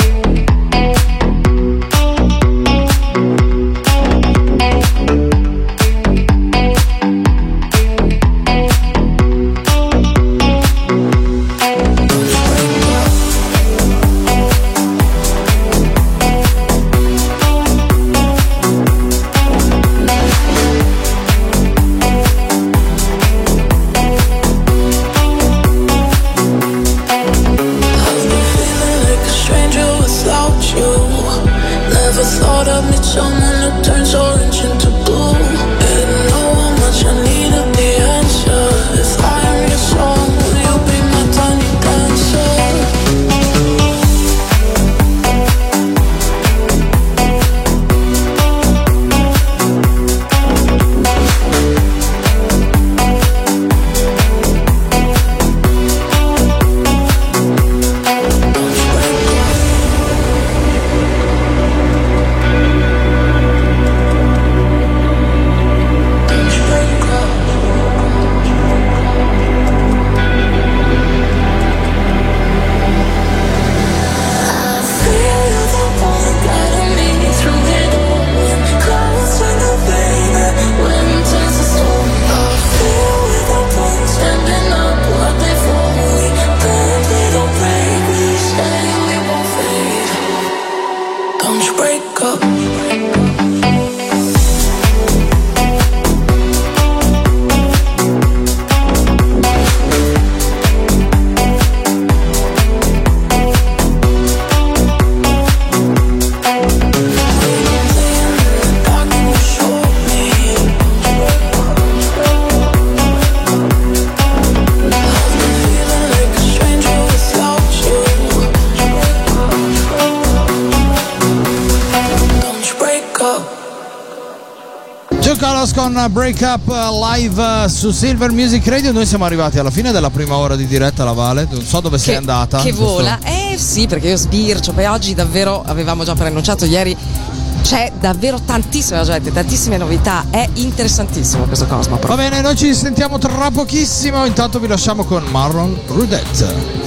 Con Break Up live su Silver Music Radio. Noi siamo arrivati alla fine della prima ora di diretta, la Vale. Non so dove sei andata. Che vola. Sì, perché io sbircio. Poi oggi davvero avevamo già preannunciato ieri. C'è davvero tantissima gente, tantissime novità. È interessantissimo questo Cosmo. Va bene, noi ci sentiamo tra pochissimo. Intanto vi lasciamo con Marlon Rudette.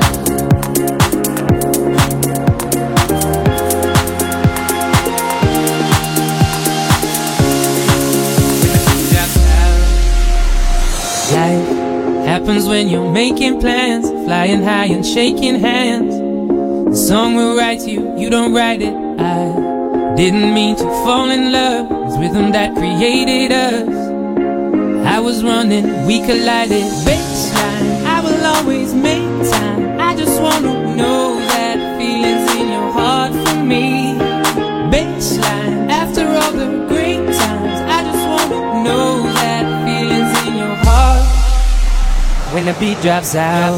Happens when you're making plans, flying high and shaking hands. The song will write you, you don't write it. I didn't mean to fall in love. It's rhythm that created us. I was running, we collided. Baseline, I will always make time. I just wanna know that feeling's in your heart for me. Baseline, after all the great times, I just when the beat drops out.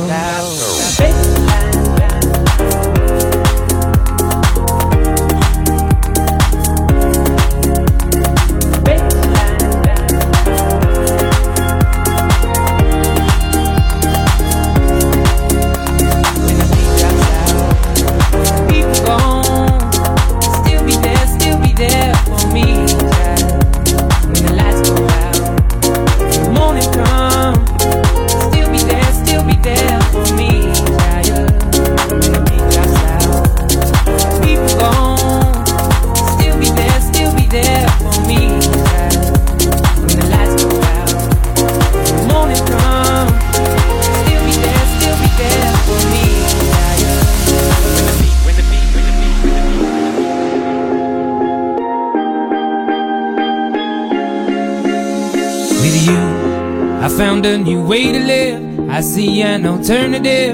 Found a new way to live, I see an alternative.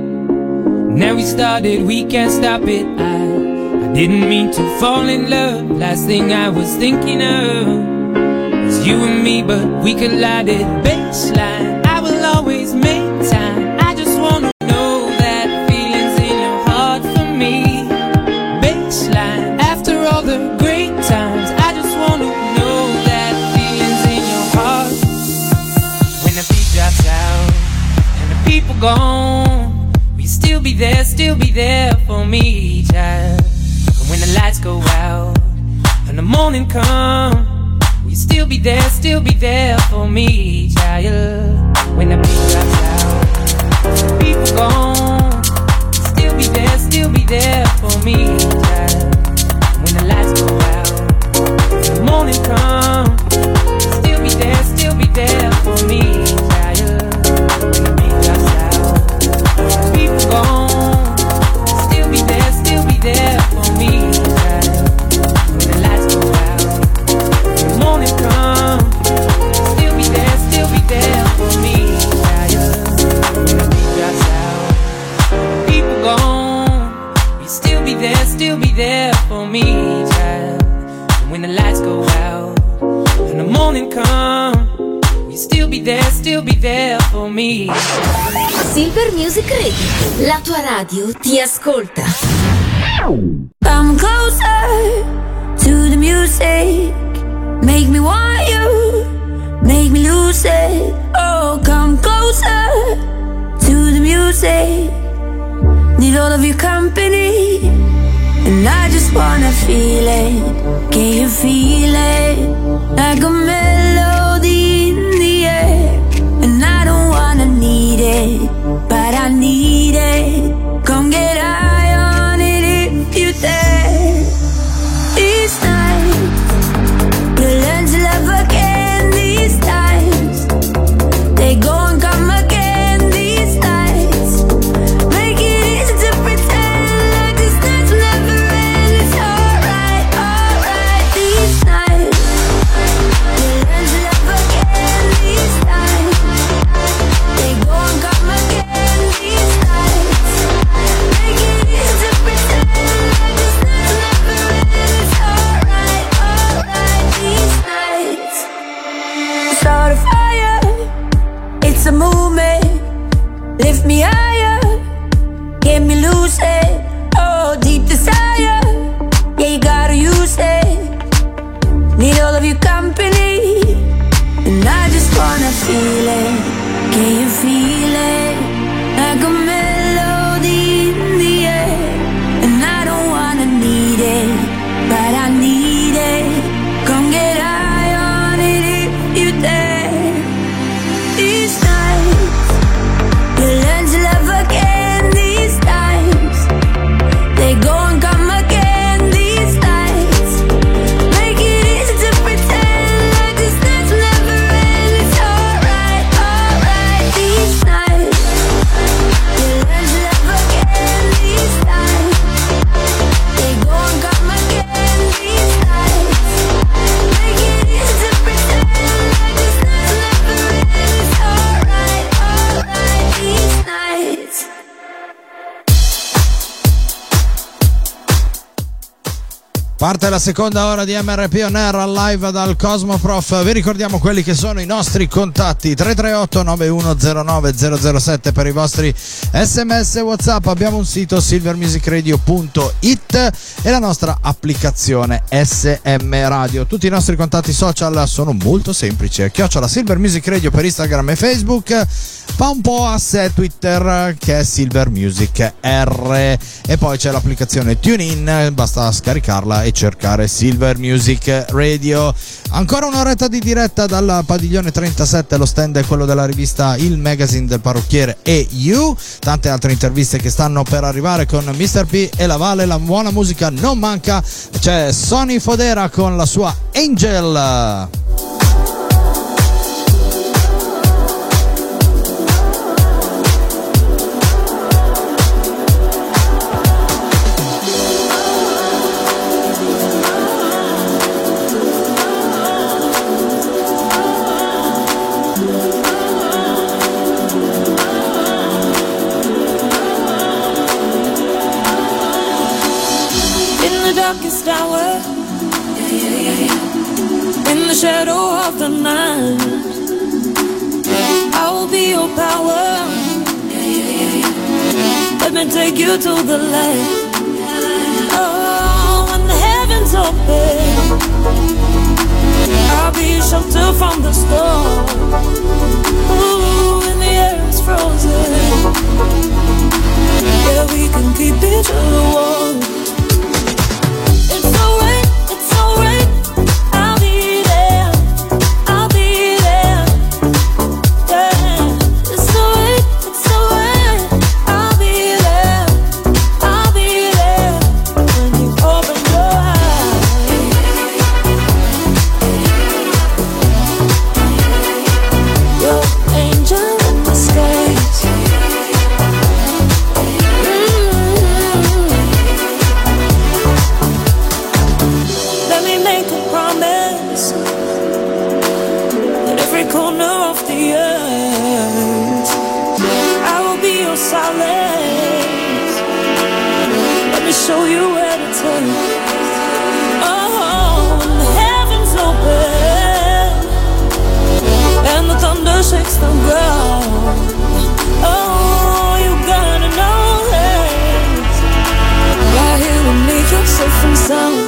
Now we started, we can't stop it. I didn't mean to fall in love. Last thing I was thinking of was you and me, but we collided. Baseline, I will always make time. I just wanna know that feeling's in your heart for me. Baseline, after all the great times, I just wanna know that feeling's in your heart. When the beat drops out and the people gone, will you still be there for me, child? And when the lights go out and the morning come, will you still be there for me, child? When the beat drops out, the people gone, still be there for me, child. When the lights go out, the morning come, still be there for me, child. When the beat drops out, the people gone, still be there for me, child. When the lights go out, the morning come, still be there for me, child. When the beat drops out, the people gone, you still be there for me, child. And when the lights go out and the morning come, you still be there for me. Silver Music Radio, la tua radio ti ascolta. Come closer to the music, make me want you, make me lose it. Oh, come closer to the music, need all of your company, and I just wanna feel it. Can you feel it? Like a melody in the air, and I don't wanna need it, but I need it. Come get high on it if you dare. These nights, we'll learn to love again. These times, they go and come again. These nights, make it easy to pretend like this night's will never end. It's alright, alright. These nights, we'll learn to love again. These times, they go and come again. These nights, make it easy to pretend like this night's will never end. It's alright, alright. These nights, start a fire. It's a movement. Lift me higher. Get me loose it. Oh, deep desire. Yeah, you gotta use it. Need all of your company, and I just wanna feel it. Can you feel it? Like a melody in the air, and I don't wanna need it, but I need it. Come get high on it if you dare. These nights, we'll learn to love again. These times, they go and come again. These nights, make it easy to pretend like this night's will never end. It's alright, alright. These nights, Parte la seconda ora di MRP On Air live dal Cosmoprof. Vi ricordiamo quelli che sono i nostri contatti: 338 9109 007 per i vostri SMS e WhatsApp. Abbiamo un sito silvermusicradio.it e la nostra applicazione SM Radio. Tutti i nostri contatti social sono molto semplici: @ Silver Music Radio per Instagram e Facebook, fa un po' a sé Twitter che è Silver Music R, e poi c'è l'applicazione TuneIn, basta scaricarla e cercare Silver Music Radio. Ancora un'oretta di diretta dal padiglione 37, lo stand è quello della rivista Il Magazine del parrucchiere e You, tante altre interviste che stanno per arrivare con Mr. P e la Vale, la buona musica non manca, c'è Sonny Fodera con la sua Angel. Darkest hour, in the shadow of the night, I will be your power. Let me take you to the light. Oh, when the heavens open, I'll be your shelter from the storm. Ooh, when the air is frozen, yeah, we can keep each other warm. Show you where to turn. Oh, when the heavens open and the thunder shakes the ground. Oh, you gotta know this. Right here with me, you're safe and sound.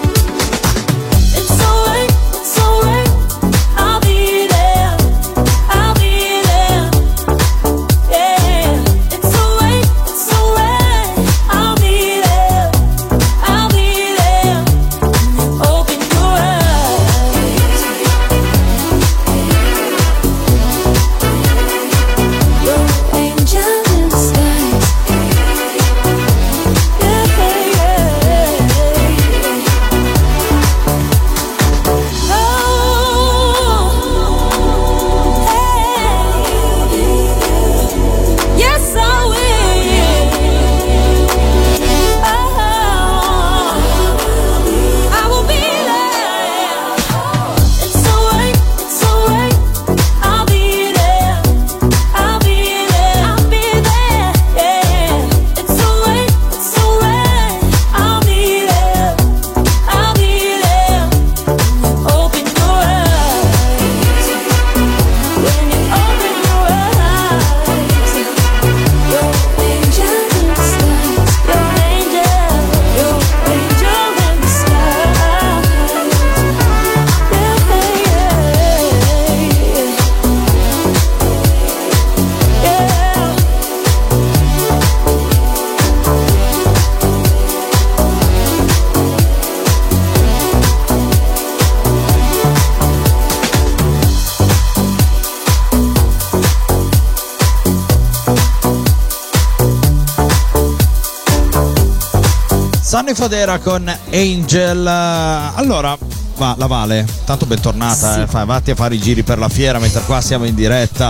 Sonny Fodera con Angel. Allora, la Vale, tanto bentornata, sì. Vatti a fare i giri per la fiera mentre qua siamo in diretta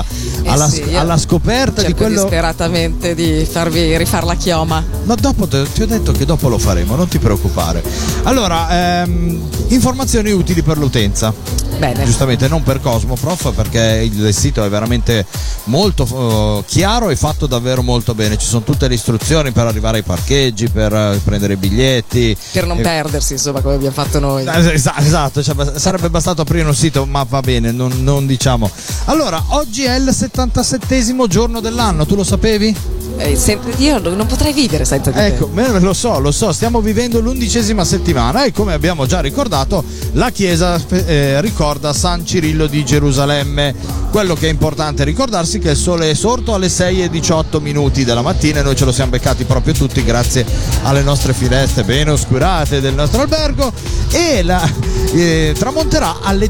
alla scoperta di quello. Disperatamente di farvi rifare la chioma. Ma dopo ti ho detto che dopo lo faremo, non ti preoccupare. Allora, informazioni utili per l'utenza. Bene. Giustamente, non per Cosmoprof, perché il sito è veramente molto chiaro e fatto davvero molto bene. Ci sono tutte le istruzioni per arrivare ai parcheggi, per prendere i biglietti, per non perdersi, insomma, come abbiamo fatto noi. Esatto, cioè, sarebbe bastato aprire un sito, ma va bene, non diciamo. Allora, oggi è il 77esimo giorno dell'anno, tu lo sapevi? Io non potrei vivere senza di te. Ecco, lo so, stiamo vivendo l'11ª settimana e come abbiamo già ricordato, la Chiesa ricorda San Cirillo di Gerusalemme. Quello che è importante ricordarsi che il sole è sorto alle 6:18 della mattina e noi ce lo siamo beccati proprio tutti grazie alle nostre finestre ben oscurate del nostro albergo, e tramonterà alle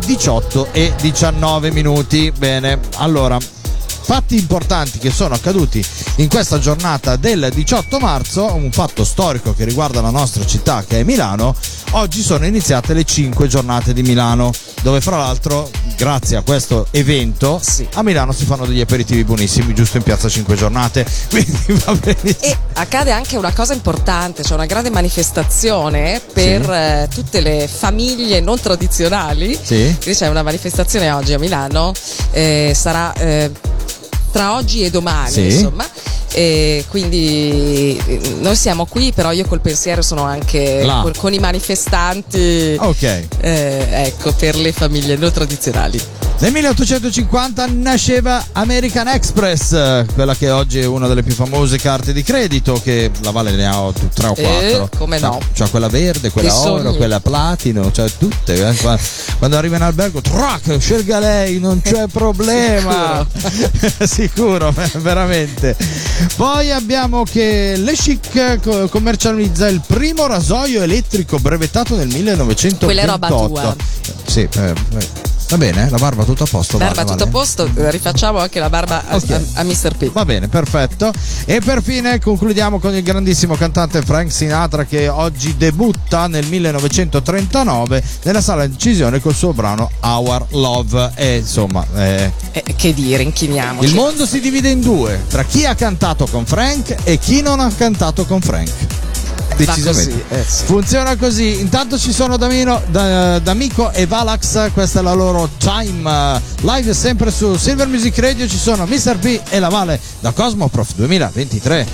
18:19. Bene, allora, fatti importanti che sono accaduti in questa giornata del 18 marzo, un fatto storico che riguarda la nostra città che è Milano. Oggi sono iniziate le 5 giornate di Milano, dove fra l'altro grazie a questo evento a Milano si fanno degli aperitivi buonissimi giusto in piazza 5 giornate, quindi va benissimo. E accade anche una cosa importante, c'è una grande manifestazione per tutte le famiglie non tradizionali. Quindi c'è una manifestazione oggi a Milano, sarà tra oggi e domani, insomma. E quindi noi siamo qui, però io col pensiero sono anche con i manifestanti, ecco, per le famiglie non tradizionali. Nel 1850 nasceva American Express, quella che oggi è una delle più famose carte di credito, che la Vale ne ha 3 o 4. Come no? C'ha quella verde, quella oro, quella platino, cioè tutte. Quando arriva in albergo, scelga lei, non c'è problema. Sicuro, veramente. Poi abbiamo che Le Chic commercializza il primo rasoio elettrico brevettato nel 1928. Quella è roba tua. Sì, va bene, la barba tutto a posto. Barba tutto a posto, rifacciamo anche la barba a Mr. P. Va bene, perfetto. E per fine concludiamo con il grandissimo cantante Frank Sinatra, che oggi debutta nel 1939 nella sala di incisione col suo brano Our Love. E insomma, che dire, inchiniamoci. Il mondo si divide in due, tra chi ha cantato con Frank e chi non ha cantato con Frank. Decisamente funziona così. Intanto ci sono D'Amico e Valax, questa è la loro Time live sempre su Silver Music Radio. Ci sono Mr. P e la Vale da Cosmoprof 2023.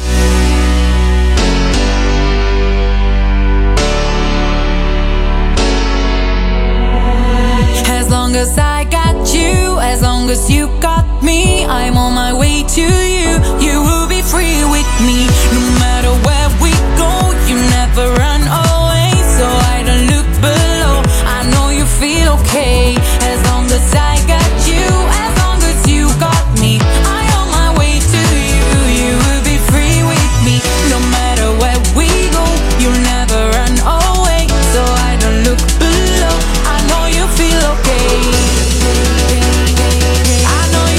As long as I got you, as long as you got me, I'm on my way to you. You will be free with me, no matter where we go. You never run away, so I don't look below. I know you feel okay, as long as I got you, as long as you got me. I'm on my way to you. You will be free with me, no matter where we go. You never run away, so I don't look below. I know you feel okay. I know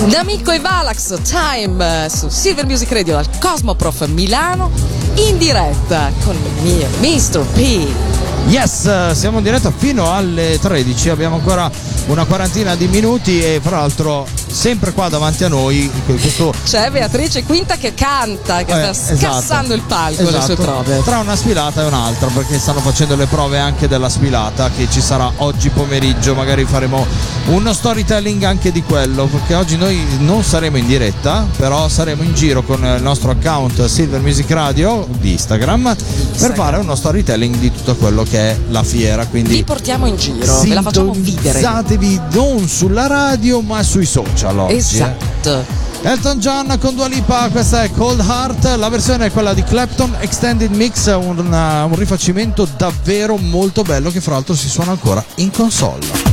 D'Amico e Valax, Time, su Silver Music Radio al Cosmoprof Milano, in diretta con il mio Mr. P. Yes, siamo in diretta fino alle 13, abbiamo ancora una quarantina di minuti e fra l'altro sempre qua davanti a noi questo... c'è Beatrice Quinta che canta, che sta scassando il palco delle sue prove. Tra una sfilata e un'altra, perché stanno facendo le prove anche della sfilata che ci sarà oggi pomeriggio, magari faremo uno storytelling anche di quello, perché oggi noi non saremo in diretta, però saremo in giro con il nostro account Silver Music Radio di Instagram per fare uno storytelling di tutto quello che è la fiera, quindi vi portiamo in giro, ve la facciamo vivere. Sintonizzate non sulla radio ma sui social oggi. Esatto. Elton John con Dua Lipa, questa è Cold Heart, la versione è quella di Clapton Extended Mix, un rifacimento davvero molto bello che fra l'altro si suona ancora in console.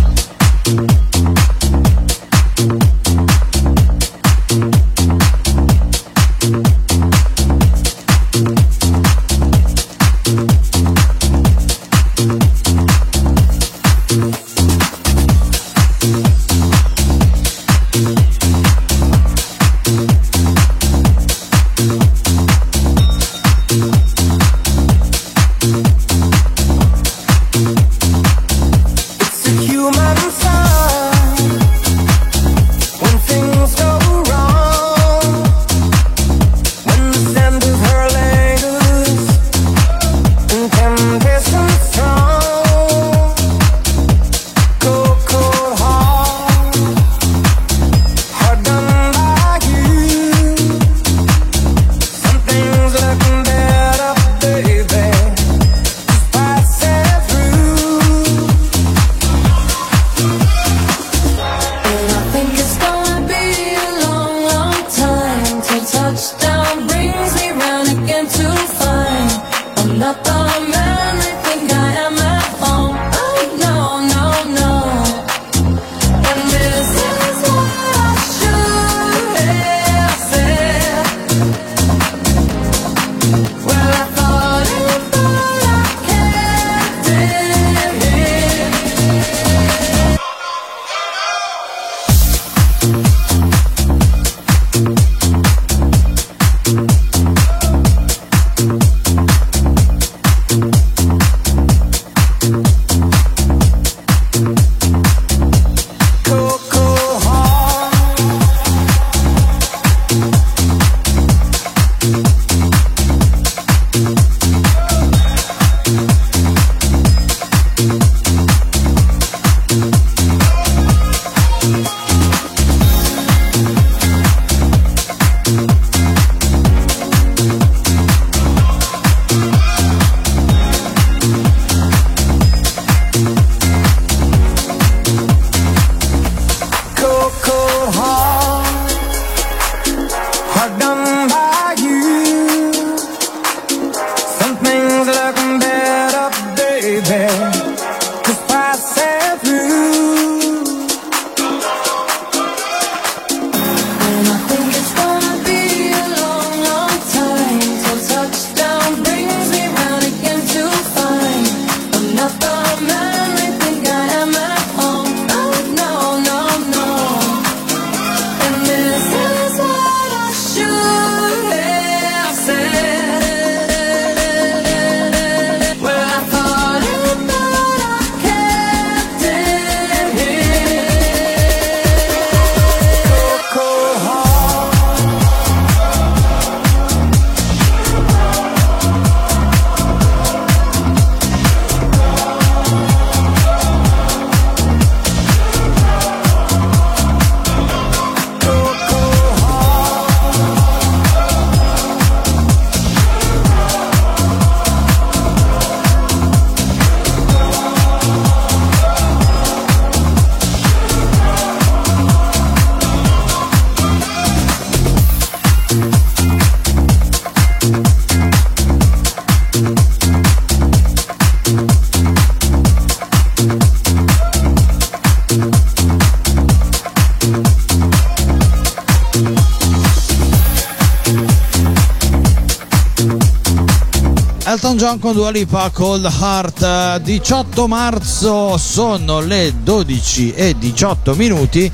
Elton John con Dua Lipa, Cold Heart. 18 marzo, sono le 12:18.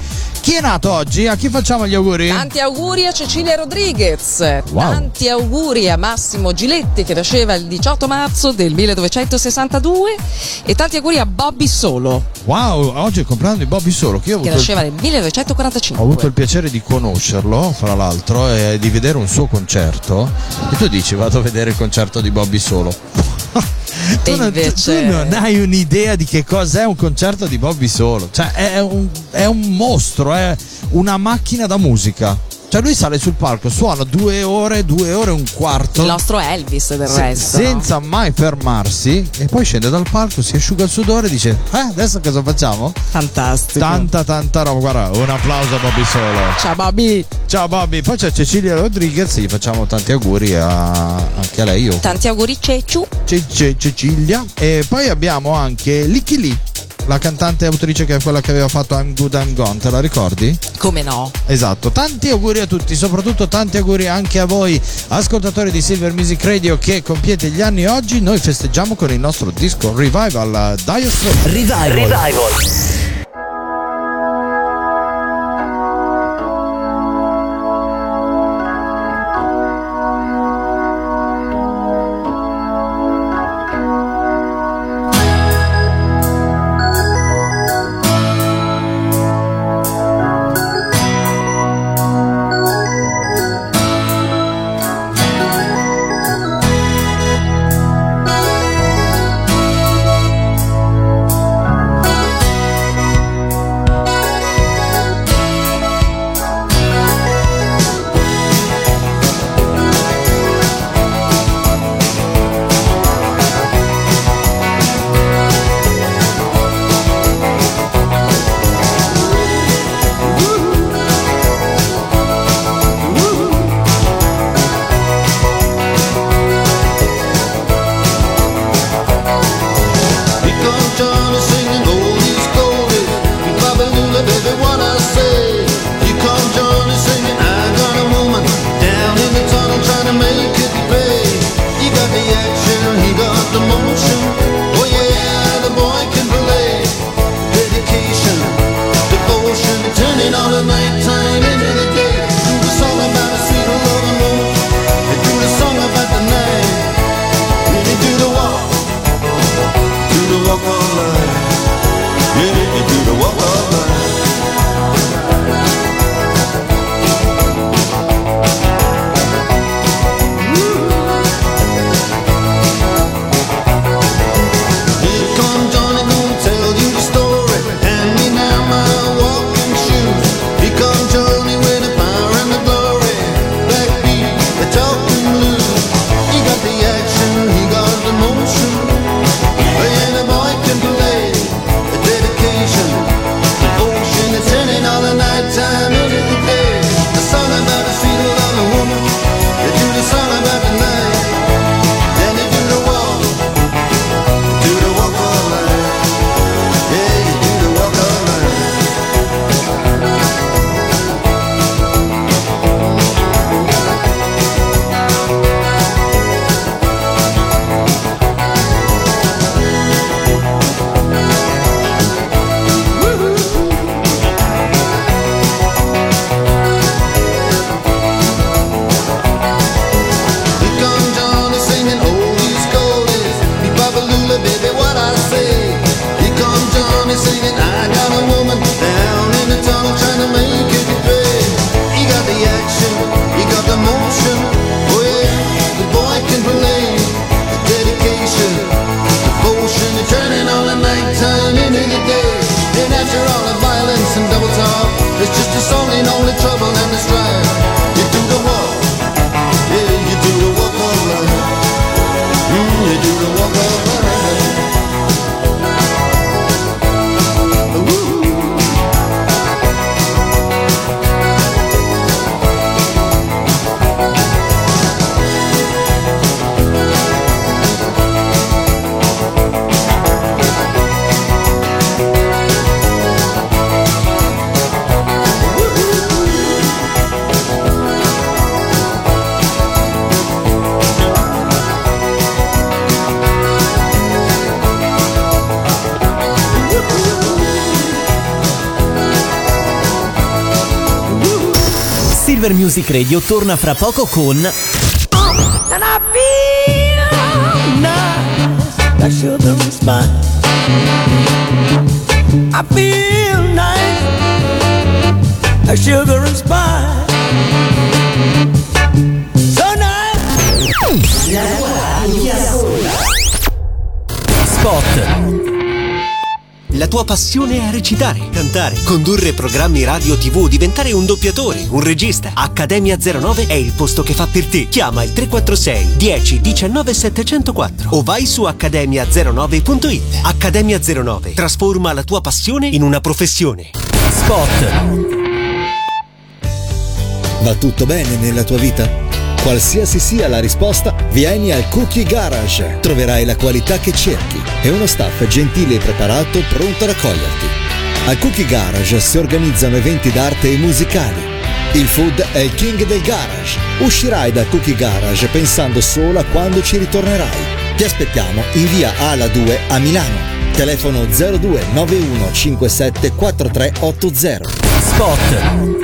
Chi è nato oggi? A chi facciamo gli auguri? Tanti auguri a Cecilia Rodriguez, wow. Tanti auguri a Massimo Giletti che nasceva il 18 marzo del 1962 e tanti auguri a Bobby Solo. Wow, oggi è il compleanno di Bobby Solo che nasceva nel 1945. Ho avuto il piacere di conoscerlo, fra l'altro, e di vedere un suo concerto. E tu dici vado a vedere il concerto di Bobby Solo. Tu non hai un'idea di che cos'è un concerto di Bobby Solo. Cioè è un mostro, è una macchina da musica. Cioè lui sale sul palco, suona 2 ore e un quarto. Il nostro Elvis del resto. Senza mai fermarsi. E poi scende dal palco, si asciuga il sudore e dice adesso cosa facciamo? Fantastico. Tanta roba. Guarda, un applauso a Bobby Solo. Ciao Bobby. Ciao Bobby. Poi c'è Cecilia Rodriguez, gli facciamo tanti auguri anche a lei. Tanti auguri Ceciu. Cecilia. E poi abbiamo anche Licky Lee, la cantante e autrice che è quella che aveva fatto I'm Good I'm Gone, te la ricordi? Come no? Esatto, tanti auguri a tutti, soprattutto tanti auguri anche a voi ascoltatori di Silver Music Radio che compiete gli anni oggi. Noi festeggiamo con il nostro disco Revival, Dire Straits. Revival. Because Silver Music Radio torna fra poco con And I feel nice, like sugar and spice. I feel nice, like sugar and spice. So nice. La tua radio Spot. La tua passione è recitare, cantare, condurre programmi radio TV, diventare un doppiatore, un regista. Accademia 09 è il posto che fa per te. Chiama il 346 10 19 704 o vai su accademia09.it. Accademia 09 trasforma la tua passione in una professione. Spot. Va tutto bene nella tua vita? Qualsiasi sia la risposta, vieni al Cookie Garage. Troverai la qualità che cerchi e uno staff gentile e preparato pronto a raccoglierti. Al Cookie Garage si organizzano eventi d'arte e musicali. Il food è il king del garage. Uscirai dal Cookie Garage pensando solo a quando ci ritornerai. Ti aspettiamo in via Ala 2 a Milano. Telefono 02 91 57 4380. Spot.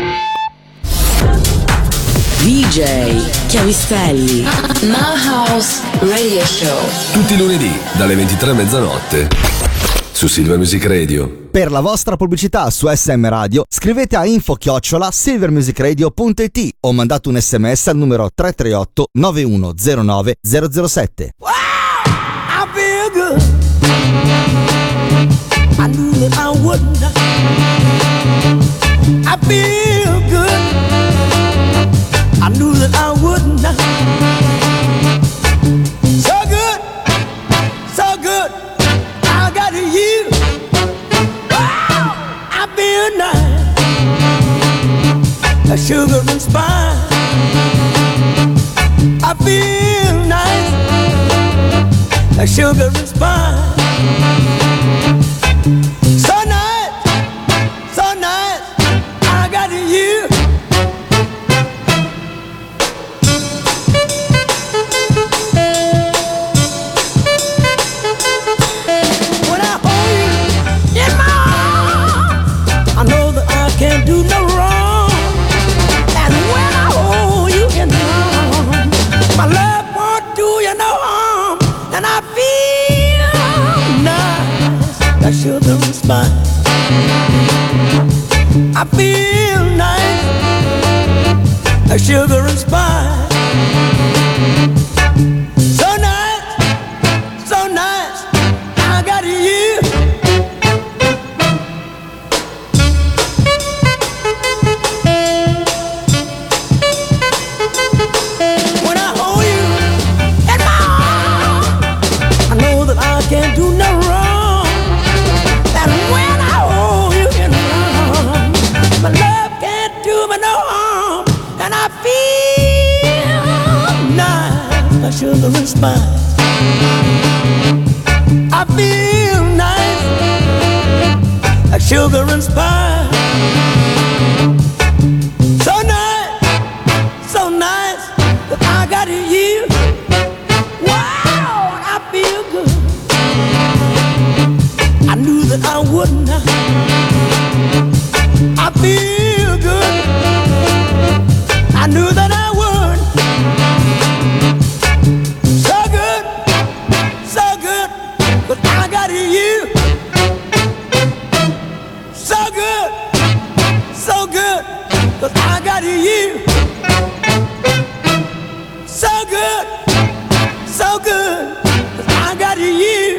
DJ Chiavistelli Now House Radio Show. Tutti i lunedì dalle 23 a mezzanotte su Silver Music Radio. Per la vostra pubblicità su SM Radio scrivete a info@silvermusicradio.it o mandate un SMS al numero 338 9109 007. Wow, I feel good. I knew that I wouldn't. I feel good. I knew that I wouldn't. So good, so good. I got you. Wow, I feel nice. A sugar and spice. I feel nice. A sugar and spice. So nice, so nice. I got you. Can't do no wrong, and when I hold you in my arms, my love won't do you no harm, and I feel nice, like sugar and spice. I feel nice, like sugar and spice. So nice, I got you. Can't do no wrong, and when I hold you in my arms, my love can't do me no harm, and I feel nice, like sugar and spice. I feel nice, like sugar and spice. So nice, that I got you. Wow, I feel good. I knew that I wouldn't. I feel good. I knew that I would. So good, but I got you. So good, but I got you. So good, but I got you.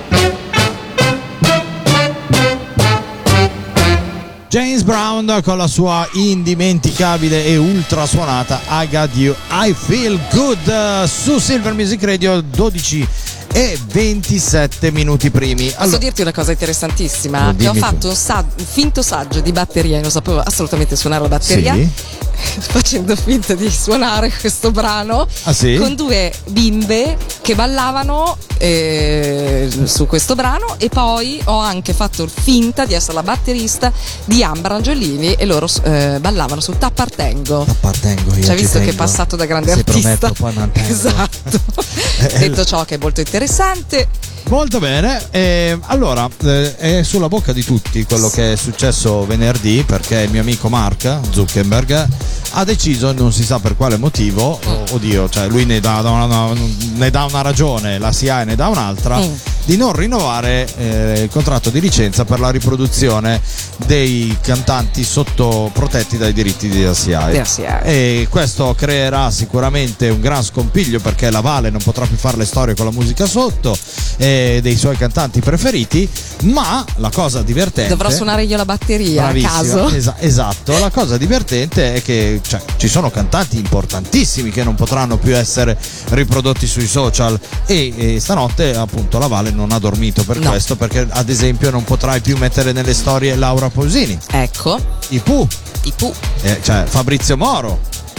James Brown con la sua indimenticabile e ultra suonata I Got You, I Feel Good su Silver Music Radio, 12 e 27 minuti primi. Posso dirti una cosa interessantissima? Che ho fatto un finto saggio di batteria e non sapevo assolutamente suonare la batteria. Sì. Facendo finta di suonare questo brano con due bimbe che ballavano su questo brano, e poi ho anche fatto finta di essere la batterista di Ambra Angiolini e loro ballavano su T'appartengo. Io cioè, visto tengo. che è passato da grande artista, prometto, poi mantengo. Esatto. Detto ciò, che è molto interessante, interessante. Molto bene, allora è sulla bocca di tutti quello che è successo venerdì, perché il mio amico Mark Zuckerberg ha deciso, non si sa per quale motivo, oddio, cioè lui ne dà una ragione, la SIAE ne dà un'altra, di non rinnovare il contratto di licenza per la riproduzione dei cantanti sotto protetti dai diritti della SIAE. E questo creerà sicuramente un gran scompiglio, perché la Vale non potrà più fare le storie con la musica sotto dei suoi cantanti preferiti, ma la cosa divertente, dovrò suonare io la batteria a caso. Esatto, la cosa divertente è che ci sono cantanti importantissimi che non potranno più essere riprodotti sui social e stanotte appunto la Vale non ha dormito per questo, perché ad esempio non potrai più mettere nelle storie Laura Pausini, ecco, i Pooh, cioè Fabrizio Moro,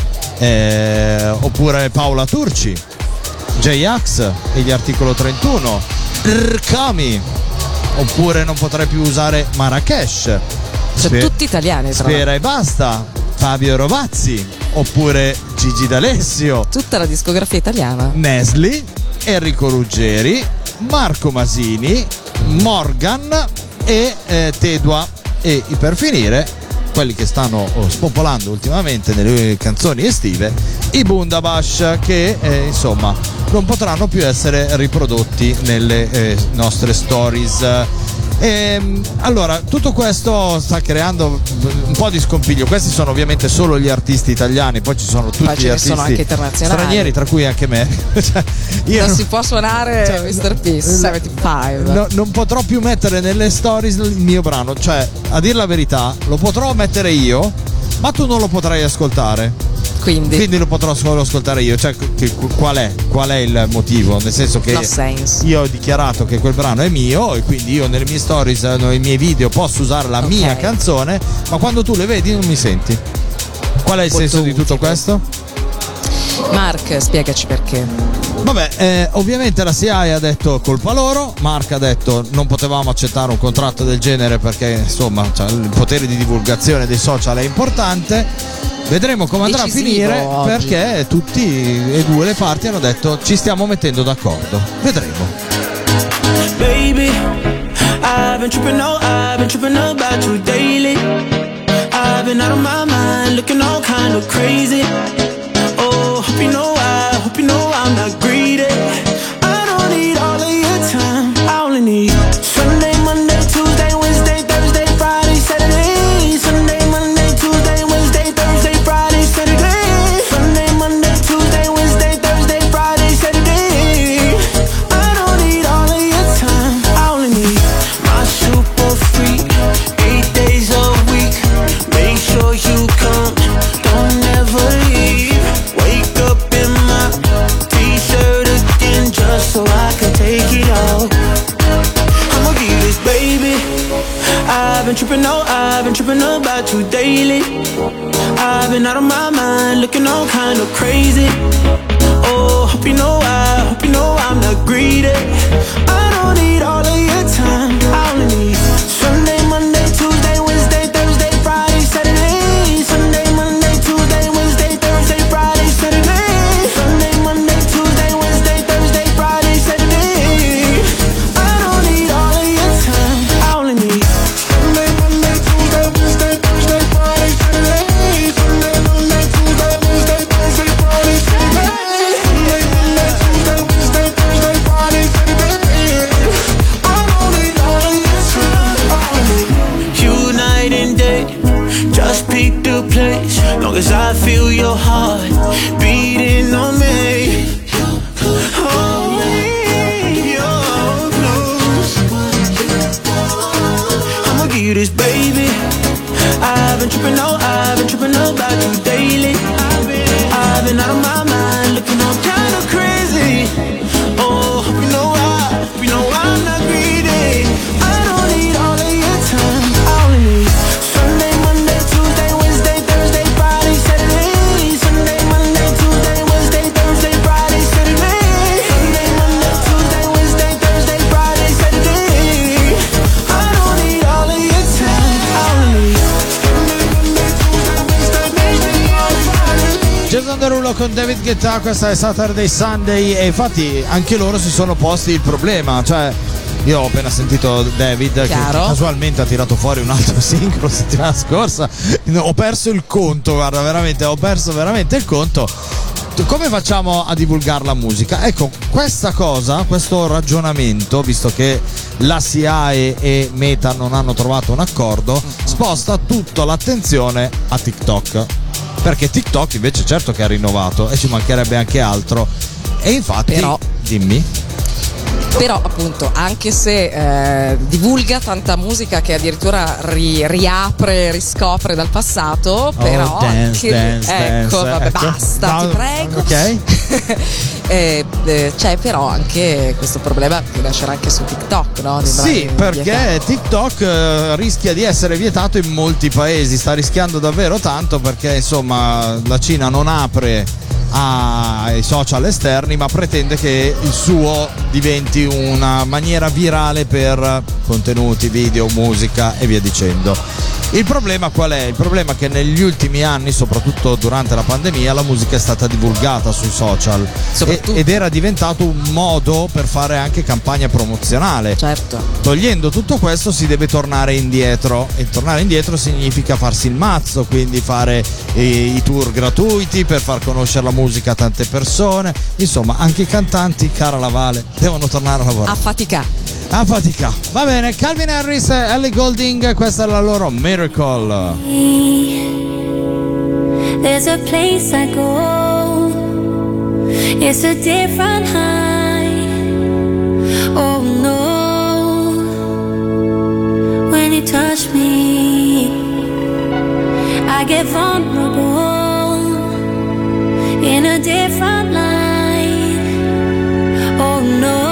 oppure Paola Turci, J-Ax e gli Articolo 31, Rkami, oppure non potrai più usare Marrakesh, tutti italiani, Sfera e Basta, Fabio Rovazzi, oppure Gigi D'Alessio, tutta la discografia italiana, Nesli, Enrico Ruggeri, Marco Masini, Morgan e Tedua, e per finire quelli che stanno spopolando ultimamente nelle canzoni estive, i Bundabash, che insomma non potranno più essere riprodotti nelle nostre stories. Allora, tutto questo sta creando un po' di scompiglio. Questi sono ovviamente solo gli artisti italiani, poi ci sono tutti gli artisti sono anche internazionali, stranieri, tra cui anche me. Non si può suonare Mr. Peace 75. Non potrò più mettere nelle stories il mio brano, cioè, a dire la verità, lo potrò mettere io, ma tu non lo potrai ascoltare. Quindi lo potrò solo ascoltare io. Cioè, qual è il motivo? Nel senso che io ho dichiarato che quel brano è mio e quindi io nelle mie stories, nei miei video posso usare la mia canzone, ma quando tu le vedi non mi senti. Qual è il senso di tutto questo? Mark, spiegaci perché. Vabbè, ovviamente la SIAE ha detto colpa loro, Mark ha detto non potevamo accettare un contratto del genere perché insomma il potere di divulgazione dei social è importante. Vedremo come andrà a finire oggi, perché tutti e due le parti hanno detto ci stiamo mettendo d'accordo. Vedremo. Baby, I've been tripping about you daily. I've been out of my mind, looking all kind of crazy. Oh, hope you know I'm not greedy. I don't need all of your time, I only need Sunday, Monday, Tuesday, Wednesday, Thursday, Friday, Saturday. Sunday, Monday, Tuesday, Wednesday, Thursday, Friday, Saturday. Sunday, Monday, Tuesday, Wednesday, Thursday, Friday, Saturday. I don't need all of your time, I only need my super freak, 8 days a week. Make sure you come, don't ever leave. Wake up in my t-shirt again just so I can take it off. I'ma give you this, baby. I've been tripping about you daily. I've been out of my mind, looking all kind of crazy. Oh, hope you know I'm not greedy. I don't need all of your time, I only need Sunday, Monday, Tuesday, Wednesday, Thursday, Friday, Saturday. Sunday, Monday, Tuesday, Wednesday, Thursday, Friday, Saturday. Sunday, Monday, Tuesday, Wednesday, Thursday, Friday, Saturday. I don't need all of your time, I only need Sunday, Monday, Tuesday, Wednesday, Thursday, Friday, Saturday. Sunday, Monday, Tuesday, Wednesday, Thursday, Friday, Saturday. Sunday, Monday, Tuesday, Wednesday, Thursday, Friday, Saturday. I don't need all of your time, I only need you night and day. Just pick the place, long as I feel your heart beating on me. Hold me your close. I'ma give you this, baby. I've been tripping about you daily. I've been out of my mind, looking all kind of crazy. Oh, hope you know I'm not greedy. I don't need all of your time, I only need Sunday, Monday, Tuesday, Wednesday, Thursday, Friday, Saturday. Sunday, Monday, Tuesday, Wednesday, Thursday, Friday, Saturday. Sunday, Monday, Tuesday, Wednesday, Thursday, Friday, Saturday. I don't need all of your time, I only need Sunday, Monday, Tuesday, Wednesday, Thursday. Jason Derulo con David Guetta, questa è Saturday Sunday, e infatti anche loro si sono posti il problema, cioè io ho appena sentito David Chiaro. che casualmente ha tirato fuori un altro singolo settimana scorsa, ho perso il conto, guarda, veramente ho perso veramente il conto. Come facciamo a divulgare la musica? Ecco, questa cosa, questo ragionamento, visto che la SIAE e Meta non hanno trovato un accordo, sposta tutta l'attenzione a TikTok, perché TikTok invece certo che ha rinnovato e ci mancherebbe anche altro, e infatti Però, dimmi. Però appunto, anche se divulga tanta musica che addirittura riapre, riscopre dal passato, però Dance, vabbè, ecco. basta, ti prego. Ok. C'è però anche questo problema che nascerà anche su TikTok, no? Sì, perché TikTok rischia di essere vietato in molti paesi, sta rischiando davvero tanto, perché insomma la Cina non apre ai social esterni, ma pretende che il suo diventi una maniera virale per contenuti, video, musica e via dicendo. Il problema qual è? Il problema è che negli ultimi anni, soprattutto durante la pandemia, la musica è stata divulgata sui social ed era diventato un modo per fare anche campagna promozionale. Certo. Togliendo tutto questo si deve tornare indietro, e tornare indietro significa farsi il mazzo, quindi fare i tour gratuiti per far conoscere la musica a tante persone. Insomma, anche i cantanti, cara Lavale, devono tornare a lavorare. A fatica. Va bene, Calvin Harris e Ellie Goulding, questa è la loro Miracle. There's a place I go, it's a different high. Oh no, when you touch me, I get vulnerable in a different light. Oh no.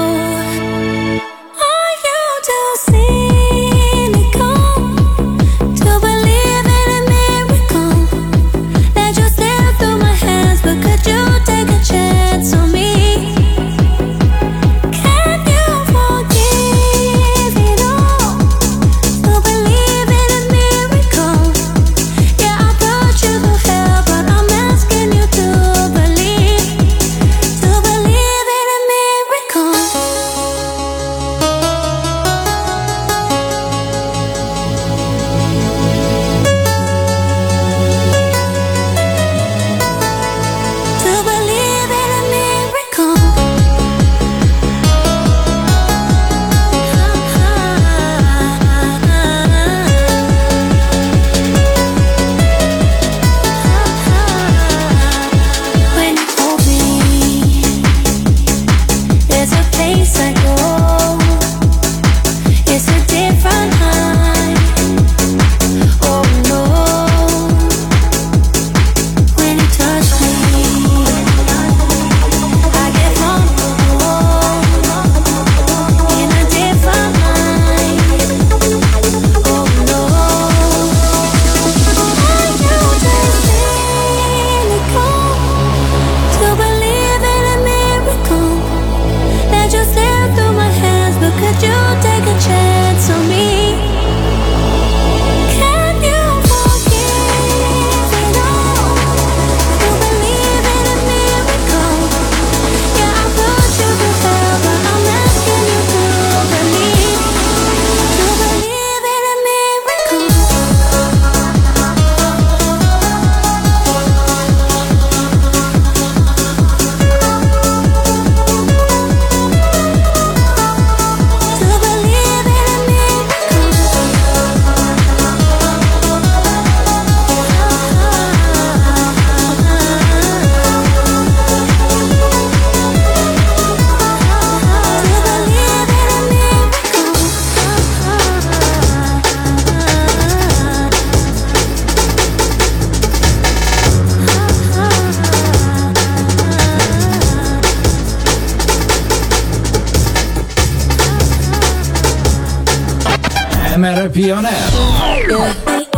MRP On Air.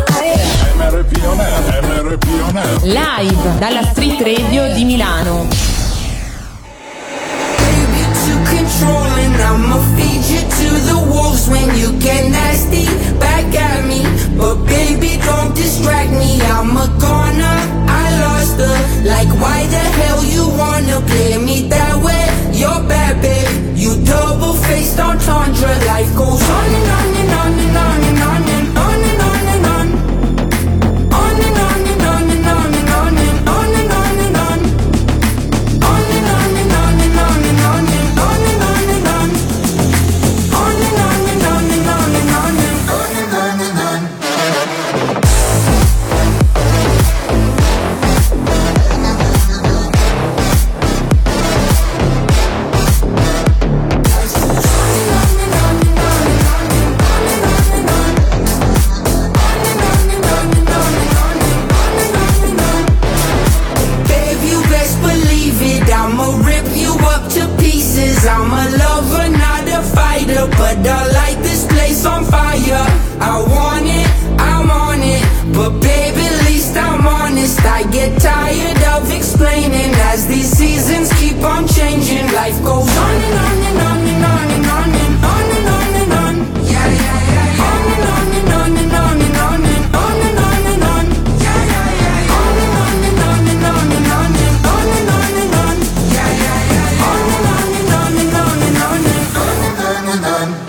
MRP On Air. MRP On Air. Live dalla Street Radio di Milano. Controlling, I'ma feed you to the wolves when you get nasty back at me. But baby, don't distract me. I'm a goner. I lost the Like why the hell you wanna play me that way? You're bad, babe. You double-faced entendre. Life goes on and on and on and on and on and on and on and on. On and on and on and on and on and on and on and on. On and on and on and on and on and on and on and on. On and on and on and on and on and on and on and on. I'ma rip you up to pieces. I'm a lover, not a fighter, but I light this place on fire. I want it, I'm on it, but baby, at least I'm honest. I get tired of explaining as these seasons keep on changing. Life goes on and on and on and on and on and on and on and on. Yeah, yeah, yeah, yeah. On and on and on and on and on and on and on and on. Yeah, yeah, yeah, yeah. On and on and on and on and on and on and on and on. Yeah, yeah, yeah, yeah. On and on and on and on and on and on and on and on.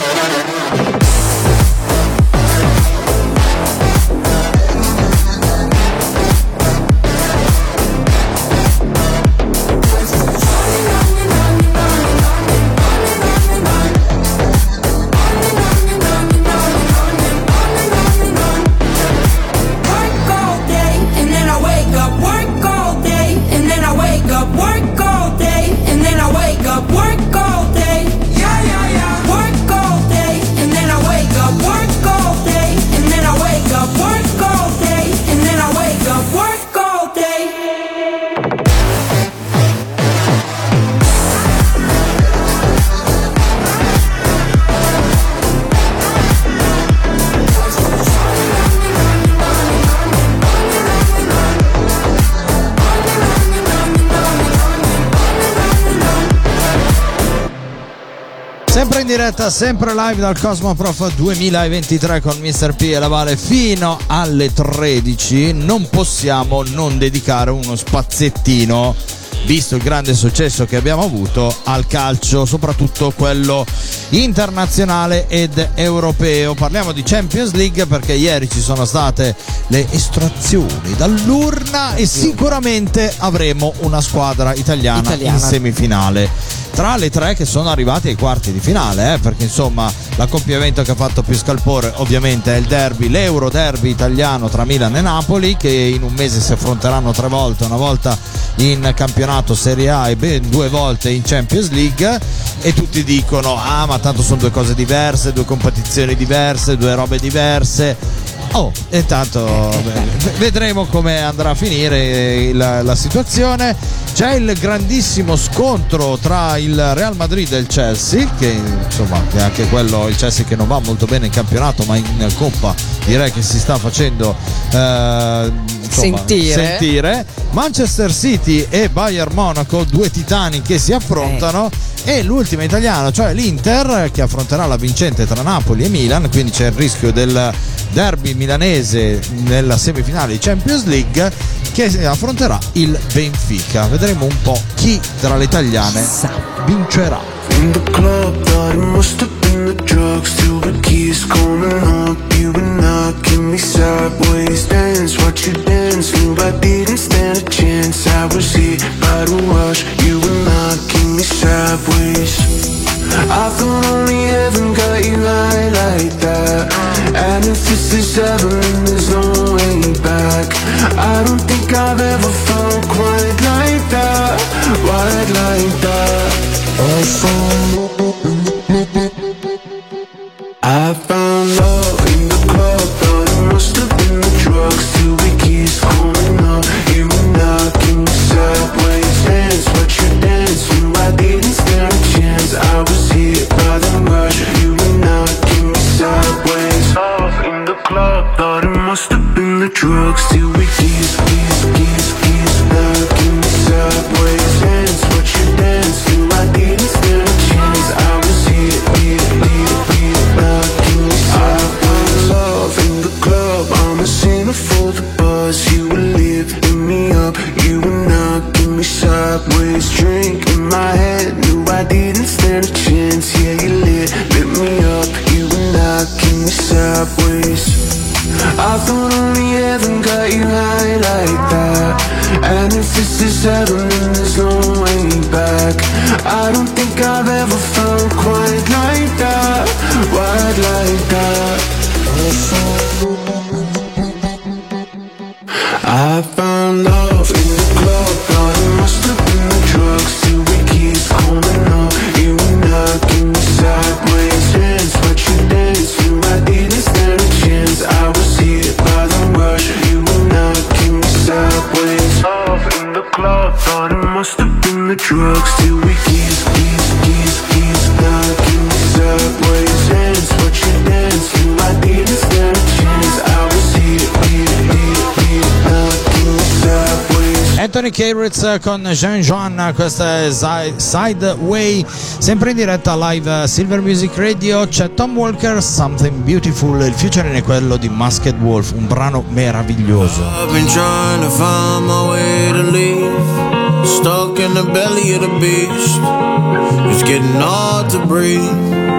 Sempre in diretta, sempre live dal Cosmoprof 2023 con Mr. P e la Vale fino alle 13. Non possiamo non dedicare uno spazzettino, visto il grande successo che abbiamo avuto, al calcio, soprattutto quello internazionale ed europeo. Parliamo di Champions League perché ieri ci sono state le estrazioni dall'urna e sicuramente avremo una squadra italiana in semifinale tra le tre che sono arrivate ai quarti di finale, perché insomma l'accoppiamento che ha fatto più scalpore ovviamente è il derby, l'Euro derby italiano tra Milan e Napoli, che in un mese si affronteranno 3 volte, una volta in campionato Serie A e ben 2 volte in Champions League, e tutti dicono ma tanto sono 2 cose diverse, 2 competizioni diverse, 2 robe diverse. E tanto vedremo come andrà a finire la situazione. C'è il grandissimo scontro tra il Real Madrid e il Chelsea, che insomma è anche quello, il Chelsea che non va molto bene in campionato, ma in Coppa direi che si sta facendo sentire. Manchester City e Bayern Monaco, 2 titani che si affrontano, e l'ultima italiana, cioè l'Inter, che affronterà la vincente tra Napoli e Milan, quindi c'è il rischio del derby milanese nella semifinale di Champions League, che affronterà il Benfica. Vedremo un po' chi tra le italiane vincerà. In the club, thought it must have been the drugs. Till the keys coming up, you were knocking me sideways. Dance, watch you dance, knew I didn't stand a chance. I was hit by the rush, you were knocking me sideways. I thought only heaven got you like that. And if this is heaven, there's no way back. I don't think I've ever felt quite like that, quite like that. I found love in the club, thought it must have been the drugs. Till the keys coming up, you were knocking me sideways. Dance, watch you dance, knew I didn't stand a chance. I was hit by the rush, you were knocking me sideways. Love in the club, thought it must have been the drugs. Till the keys knocking me sideways. Dance, watch you dance, knew I didn't stand a chance. I was hit, knocking me sideways. Love in the club, I'm a sinner for the buzz. You were lifting me up, you were knocking dust is settling, there's no way back. I don't think I've ever felt quite like that, quite like that. I found love in the club, thought it must have been the drugs. Till we keep coming up, you and I, give me sideways hands, but you dance, you I didn't stand a chance. I was hit by the rush, you and I, give me sideways. Love in the club, thought it must have been the drugs. Till we kiss, now give me sideways hands, but you dance, you I didn't stand a chance. I was hit, now give me sideways. Anthony K-Ritz con Jean Joan, questa è Sideway, sempre in diretta live Silver Music Radio. C'è Tom Walker, Something Beautiful, il featuring è quello di Masked Wolf, un brano meraviglioso. I've been trying to find my way to leave, stuck in the belly of the beast, it's getting hard to breathe,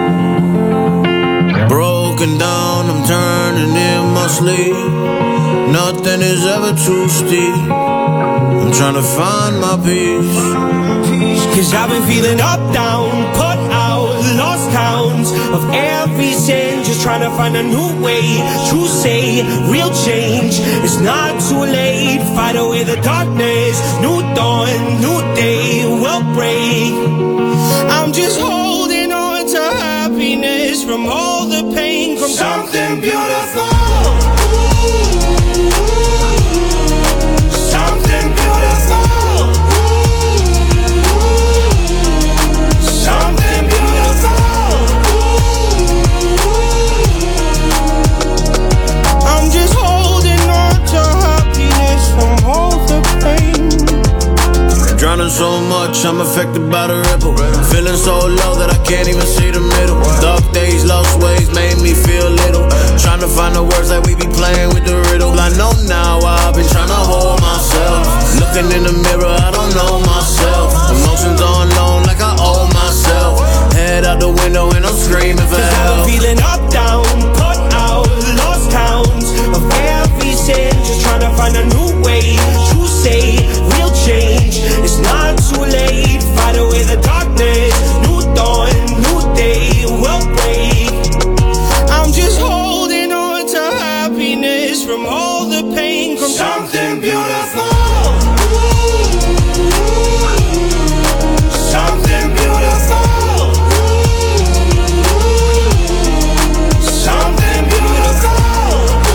broken down, I'm turning in my sleep, nothing is ever too steep, I'm trying to find my peace. Cause I've been feeling up, down, put out, lost counts of every sin, just trying to find a new way to say real change. It's not too late, fight away the darkness, new dawn, new day will break. I'm just holding on to happiness from all the pain, from something beautiful. Drowning so much, I'm affected by the ripple. Feeling so low that I can't even see the middle. Dark days, lost ways, made me feel little. Trying to find the words that we be playing with the riddle. I know now I've been trying to hold myself. Looking in the mirror, I don't know myself. Emotions on loan like I owe myself. Head out the window and I'm screaming for help. I'm feeling up, down, put out, lost counts of every sin. Just trying to find a new way to say real change. It's not too late, fight away the darkness, new dawn, new day will break. I'm just holding on to happiness from all the pain, from something beautiful. Something beautiful. Something beautiful.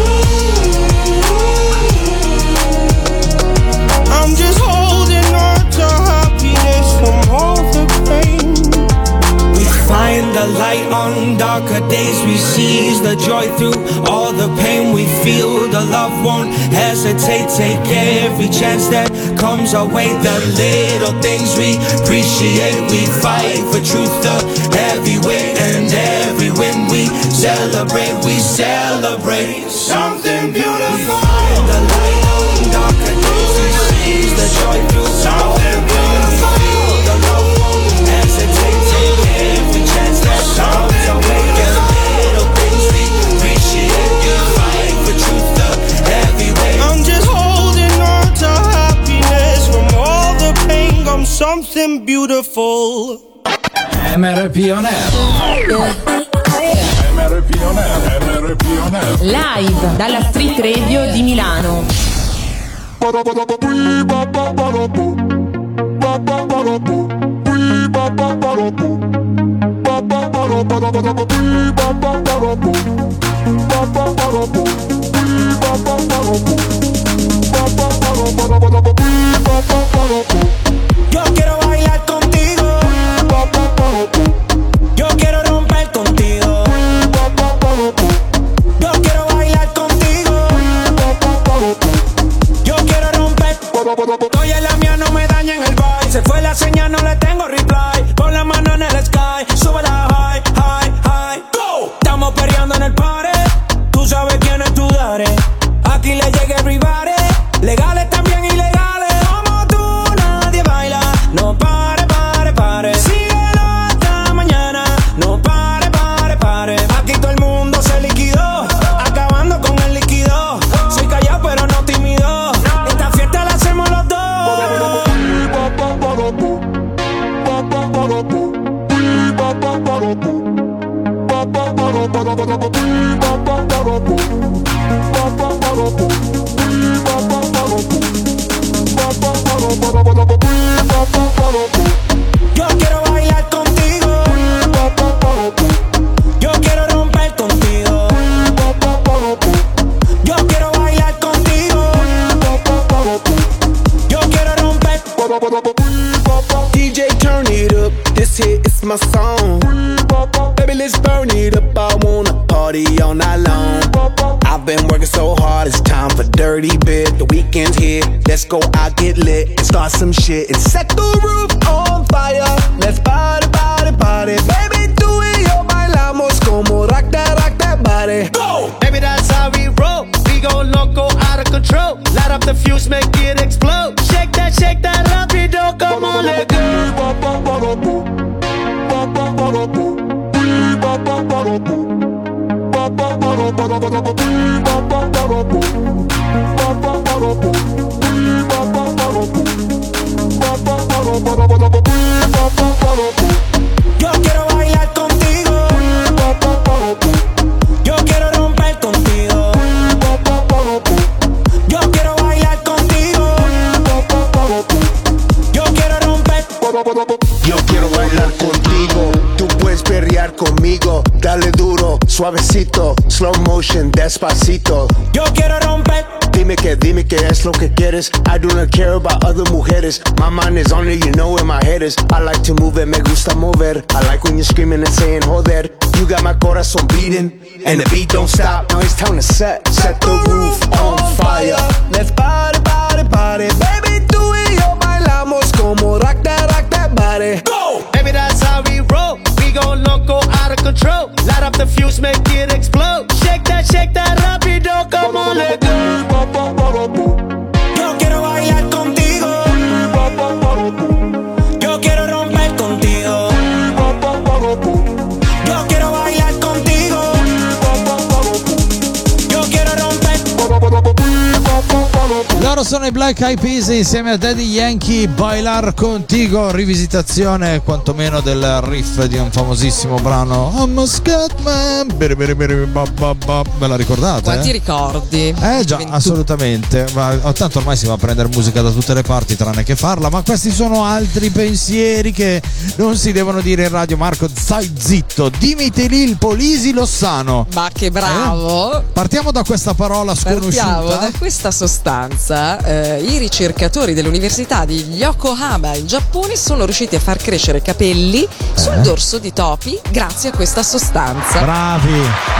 I'm just holding on to happiness from all the pain. We find the light on darker days. We seize the joy through all the pain we feel. The love won't hesitate. Take every chance that comes our way. The little things we appreciate. We fight for truth, the heavy weight, and every win we celebrate. We celebrate something beautiful. We find the light on darker days. We seize the joy through something beautiful. The love won't hesitate. Take every chance that comes our way. The little things we appreciate. We fight for truth, the heavy weight. I'm just holding on to happiness from all the pain. I'm something beautiful. MRP On Air. MRP On Air. MRP On Air. Live dalla Street Radio di Milano. Yo quiero bailar contigo. Yo quiero romper contigo. Yo quiero bailar contigo. Yo quiero romper. Estoy en la mía, no me dañen el vibe. Se fue la señal, no le tengo reply. Pon la mano en el sky, sube la high, high, high. Go. Estamos perreando en el party. Tú sabes quién es tu daddy. Aquí le llega everybody. Legales también ilegales. Como tú nadie baila. No pare, pare, pare. Síguelo hasta mañana. No pare, pare, pare. Aquí todo el mundo se liquidó. Acabando con el líquido. Soy callado pero no tímido. Esta fiesta la hacemos los dos. my song. Baby, let's burn it up. I wanna party all night long. I've been working so hard, it's time for dirty bit. The weekend's here, let's go out, get lit, and start some shit and set the roof on fire. Let's party, party, party. Baby, do it, yo, bailamos como rock that body. Go! Baby, that's how we roll. We go loco, out of control. Light up the fuse, make it explode. Shake that rapido, come on, let go. Yo quiero bailar contigo. Yo quiero romper contigo. Yo quiero bailar contigo. Yo quiero romper. Yo quiero bailar contigo. Tú puedes perrear conmigo. Dale duro, suavecito, slow motion, despacito. Yo quiero romper. Dime que es lo que quieres. I do not care about other mujeres. My mind is on it, you know where my head is. I like to move it, me gusta mover. I like when you're screaming and saying, joder. You got my corazón beating, and the beat don't stop. Now it's time to set the roof on fire. Let's party, party, party. Baby, do it, yo, bailamos como rock that body. Go! Baby, that's how we roll. We go loco, out of control. Light up the fuse, make it explode. Shake that rapido, come on, let go. Yo quiero bailar contigo. Yo quiero romper contigo. Yo quiero bailar contigo. Yo quiero romper. Loro sono i Black Eyed Peas insieme a Daddy Yankee, Bailar Contigo, rivisitazione quantomeno del riff di un famosissimo brano I'm a Scatman. Ve la ricordate? Quanti ricordi? Già, assolutamente. Ma tanto ormai si va a prendere musica da tutte le parti tranne che farla, ma questi sono altri pensieri che non si devono dire in radio. Marco, stai zitto, dimiteli il Polisi Lossano. Ma che bravo! Partiamo da questa parola sconosciuta. Partiamo da questa sostanza. I ricercatori dell'università di Yokohama in Giappone sono riusciti a far crescere capelli sul dorso di topi grazie a questa sostanza. Bravi.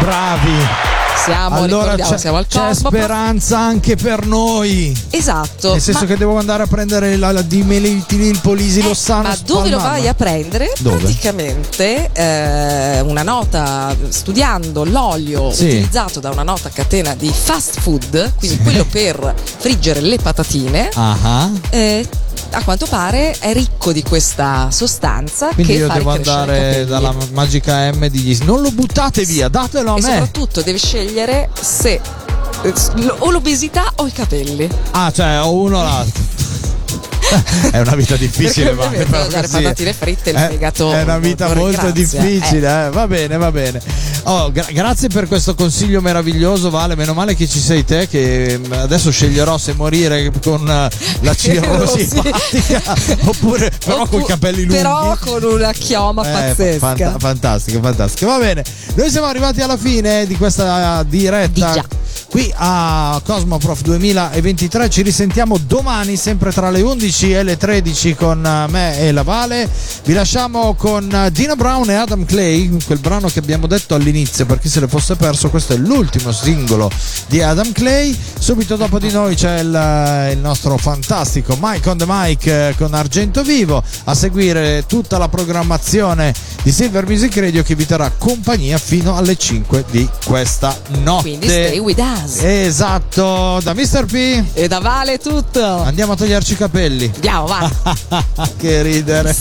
Allora siamo al c'è speranza anche per noi. Esatto. Nel senso che devo andare a prendere la il Polisi Lossano. Ma dove lo vai a prendere? Dove? Praticamente una nota, studiando l'olio utilizzato da una nota catena di fast food, quindi quello per friggere le patatine. A quanto pare è ricco di questa sostanta. Quindi che io fa devo andare dalla magica M di non lo buttate via, datelo a me. E soprattutto devi scegliere se o l'obesità o i capelli. Cioè o uno o l'altro. È una vita difficile, ma mangiare patatine fritte il fegato. È una vita molto difficile. Va bene. Grazie per questo consiglio meraviglioso, Vale. Meno male che ci sei te, che adesso sceglierò se morire con la cirrosi epatica oppure con i capelli lunghi. Però con una chioma pazzesca. Fantastico. Va bene. Noi siamo arrivati alla fine di questa diretta qui a Cosmoprof 2023. Ci risentiamo domani sempre tra le 11 e le 13 con me e la Vale. Vi lasciamo con Dina Brown e Adam Clay, quel brano che abbiamo detto all'inizio per chi se ne fosse perso. Questo è l'ultimo singolo di Adam Clay. Subito dopo di noi c'è il nostro fantastico Mike on the Mic con Argento Vivo. A seguire tutta la programmazione di Silver Music Radio che vi terrà compagnia fino alle 5 di questa notte. Quindi stay with us. Esatto, da Mr. P e da Vale tutto. Andiamo a toglierci i capelli. Andiamo, va. Che ridere.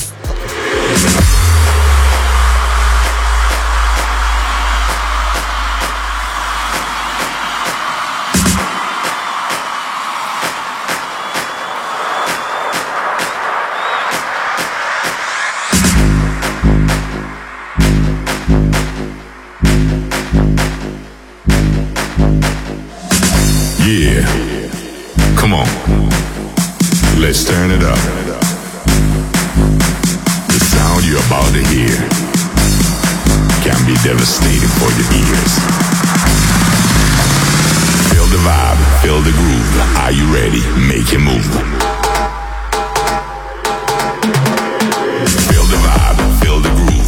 Yeah, come on, let's turn it up. The sound you're about to hear can be devastating for your ears. Feel the vibe, feel the groove. Are you ready? Make it move. Feel the vibe, feel the groove.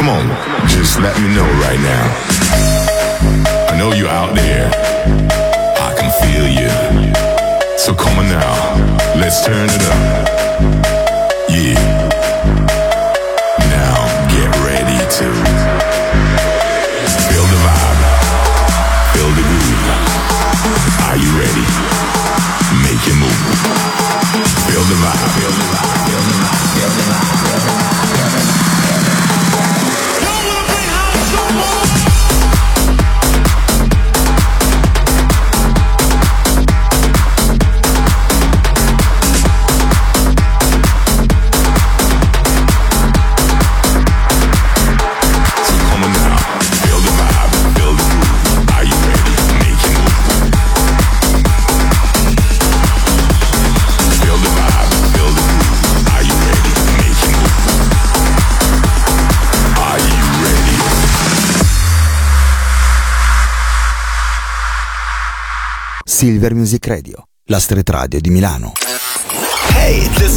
Come on, just let me know right now. I know you're out there. I can feel you. So come on now, let's turn it up. Yeah. Now get ready to feel the vibe, feel the groove. Are you ready? Make it move. Feel the vibe, feel the vibe, feel the vibe, feel the vibe, feel the vibe. Silver Music Radio, la street radio di Milano. Hey, this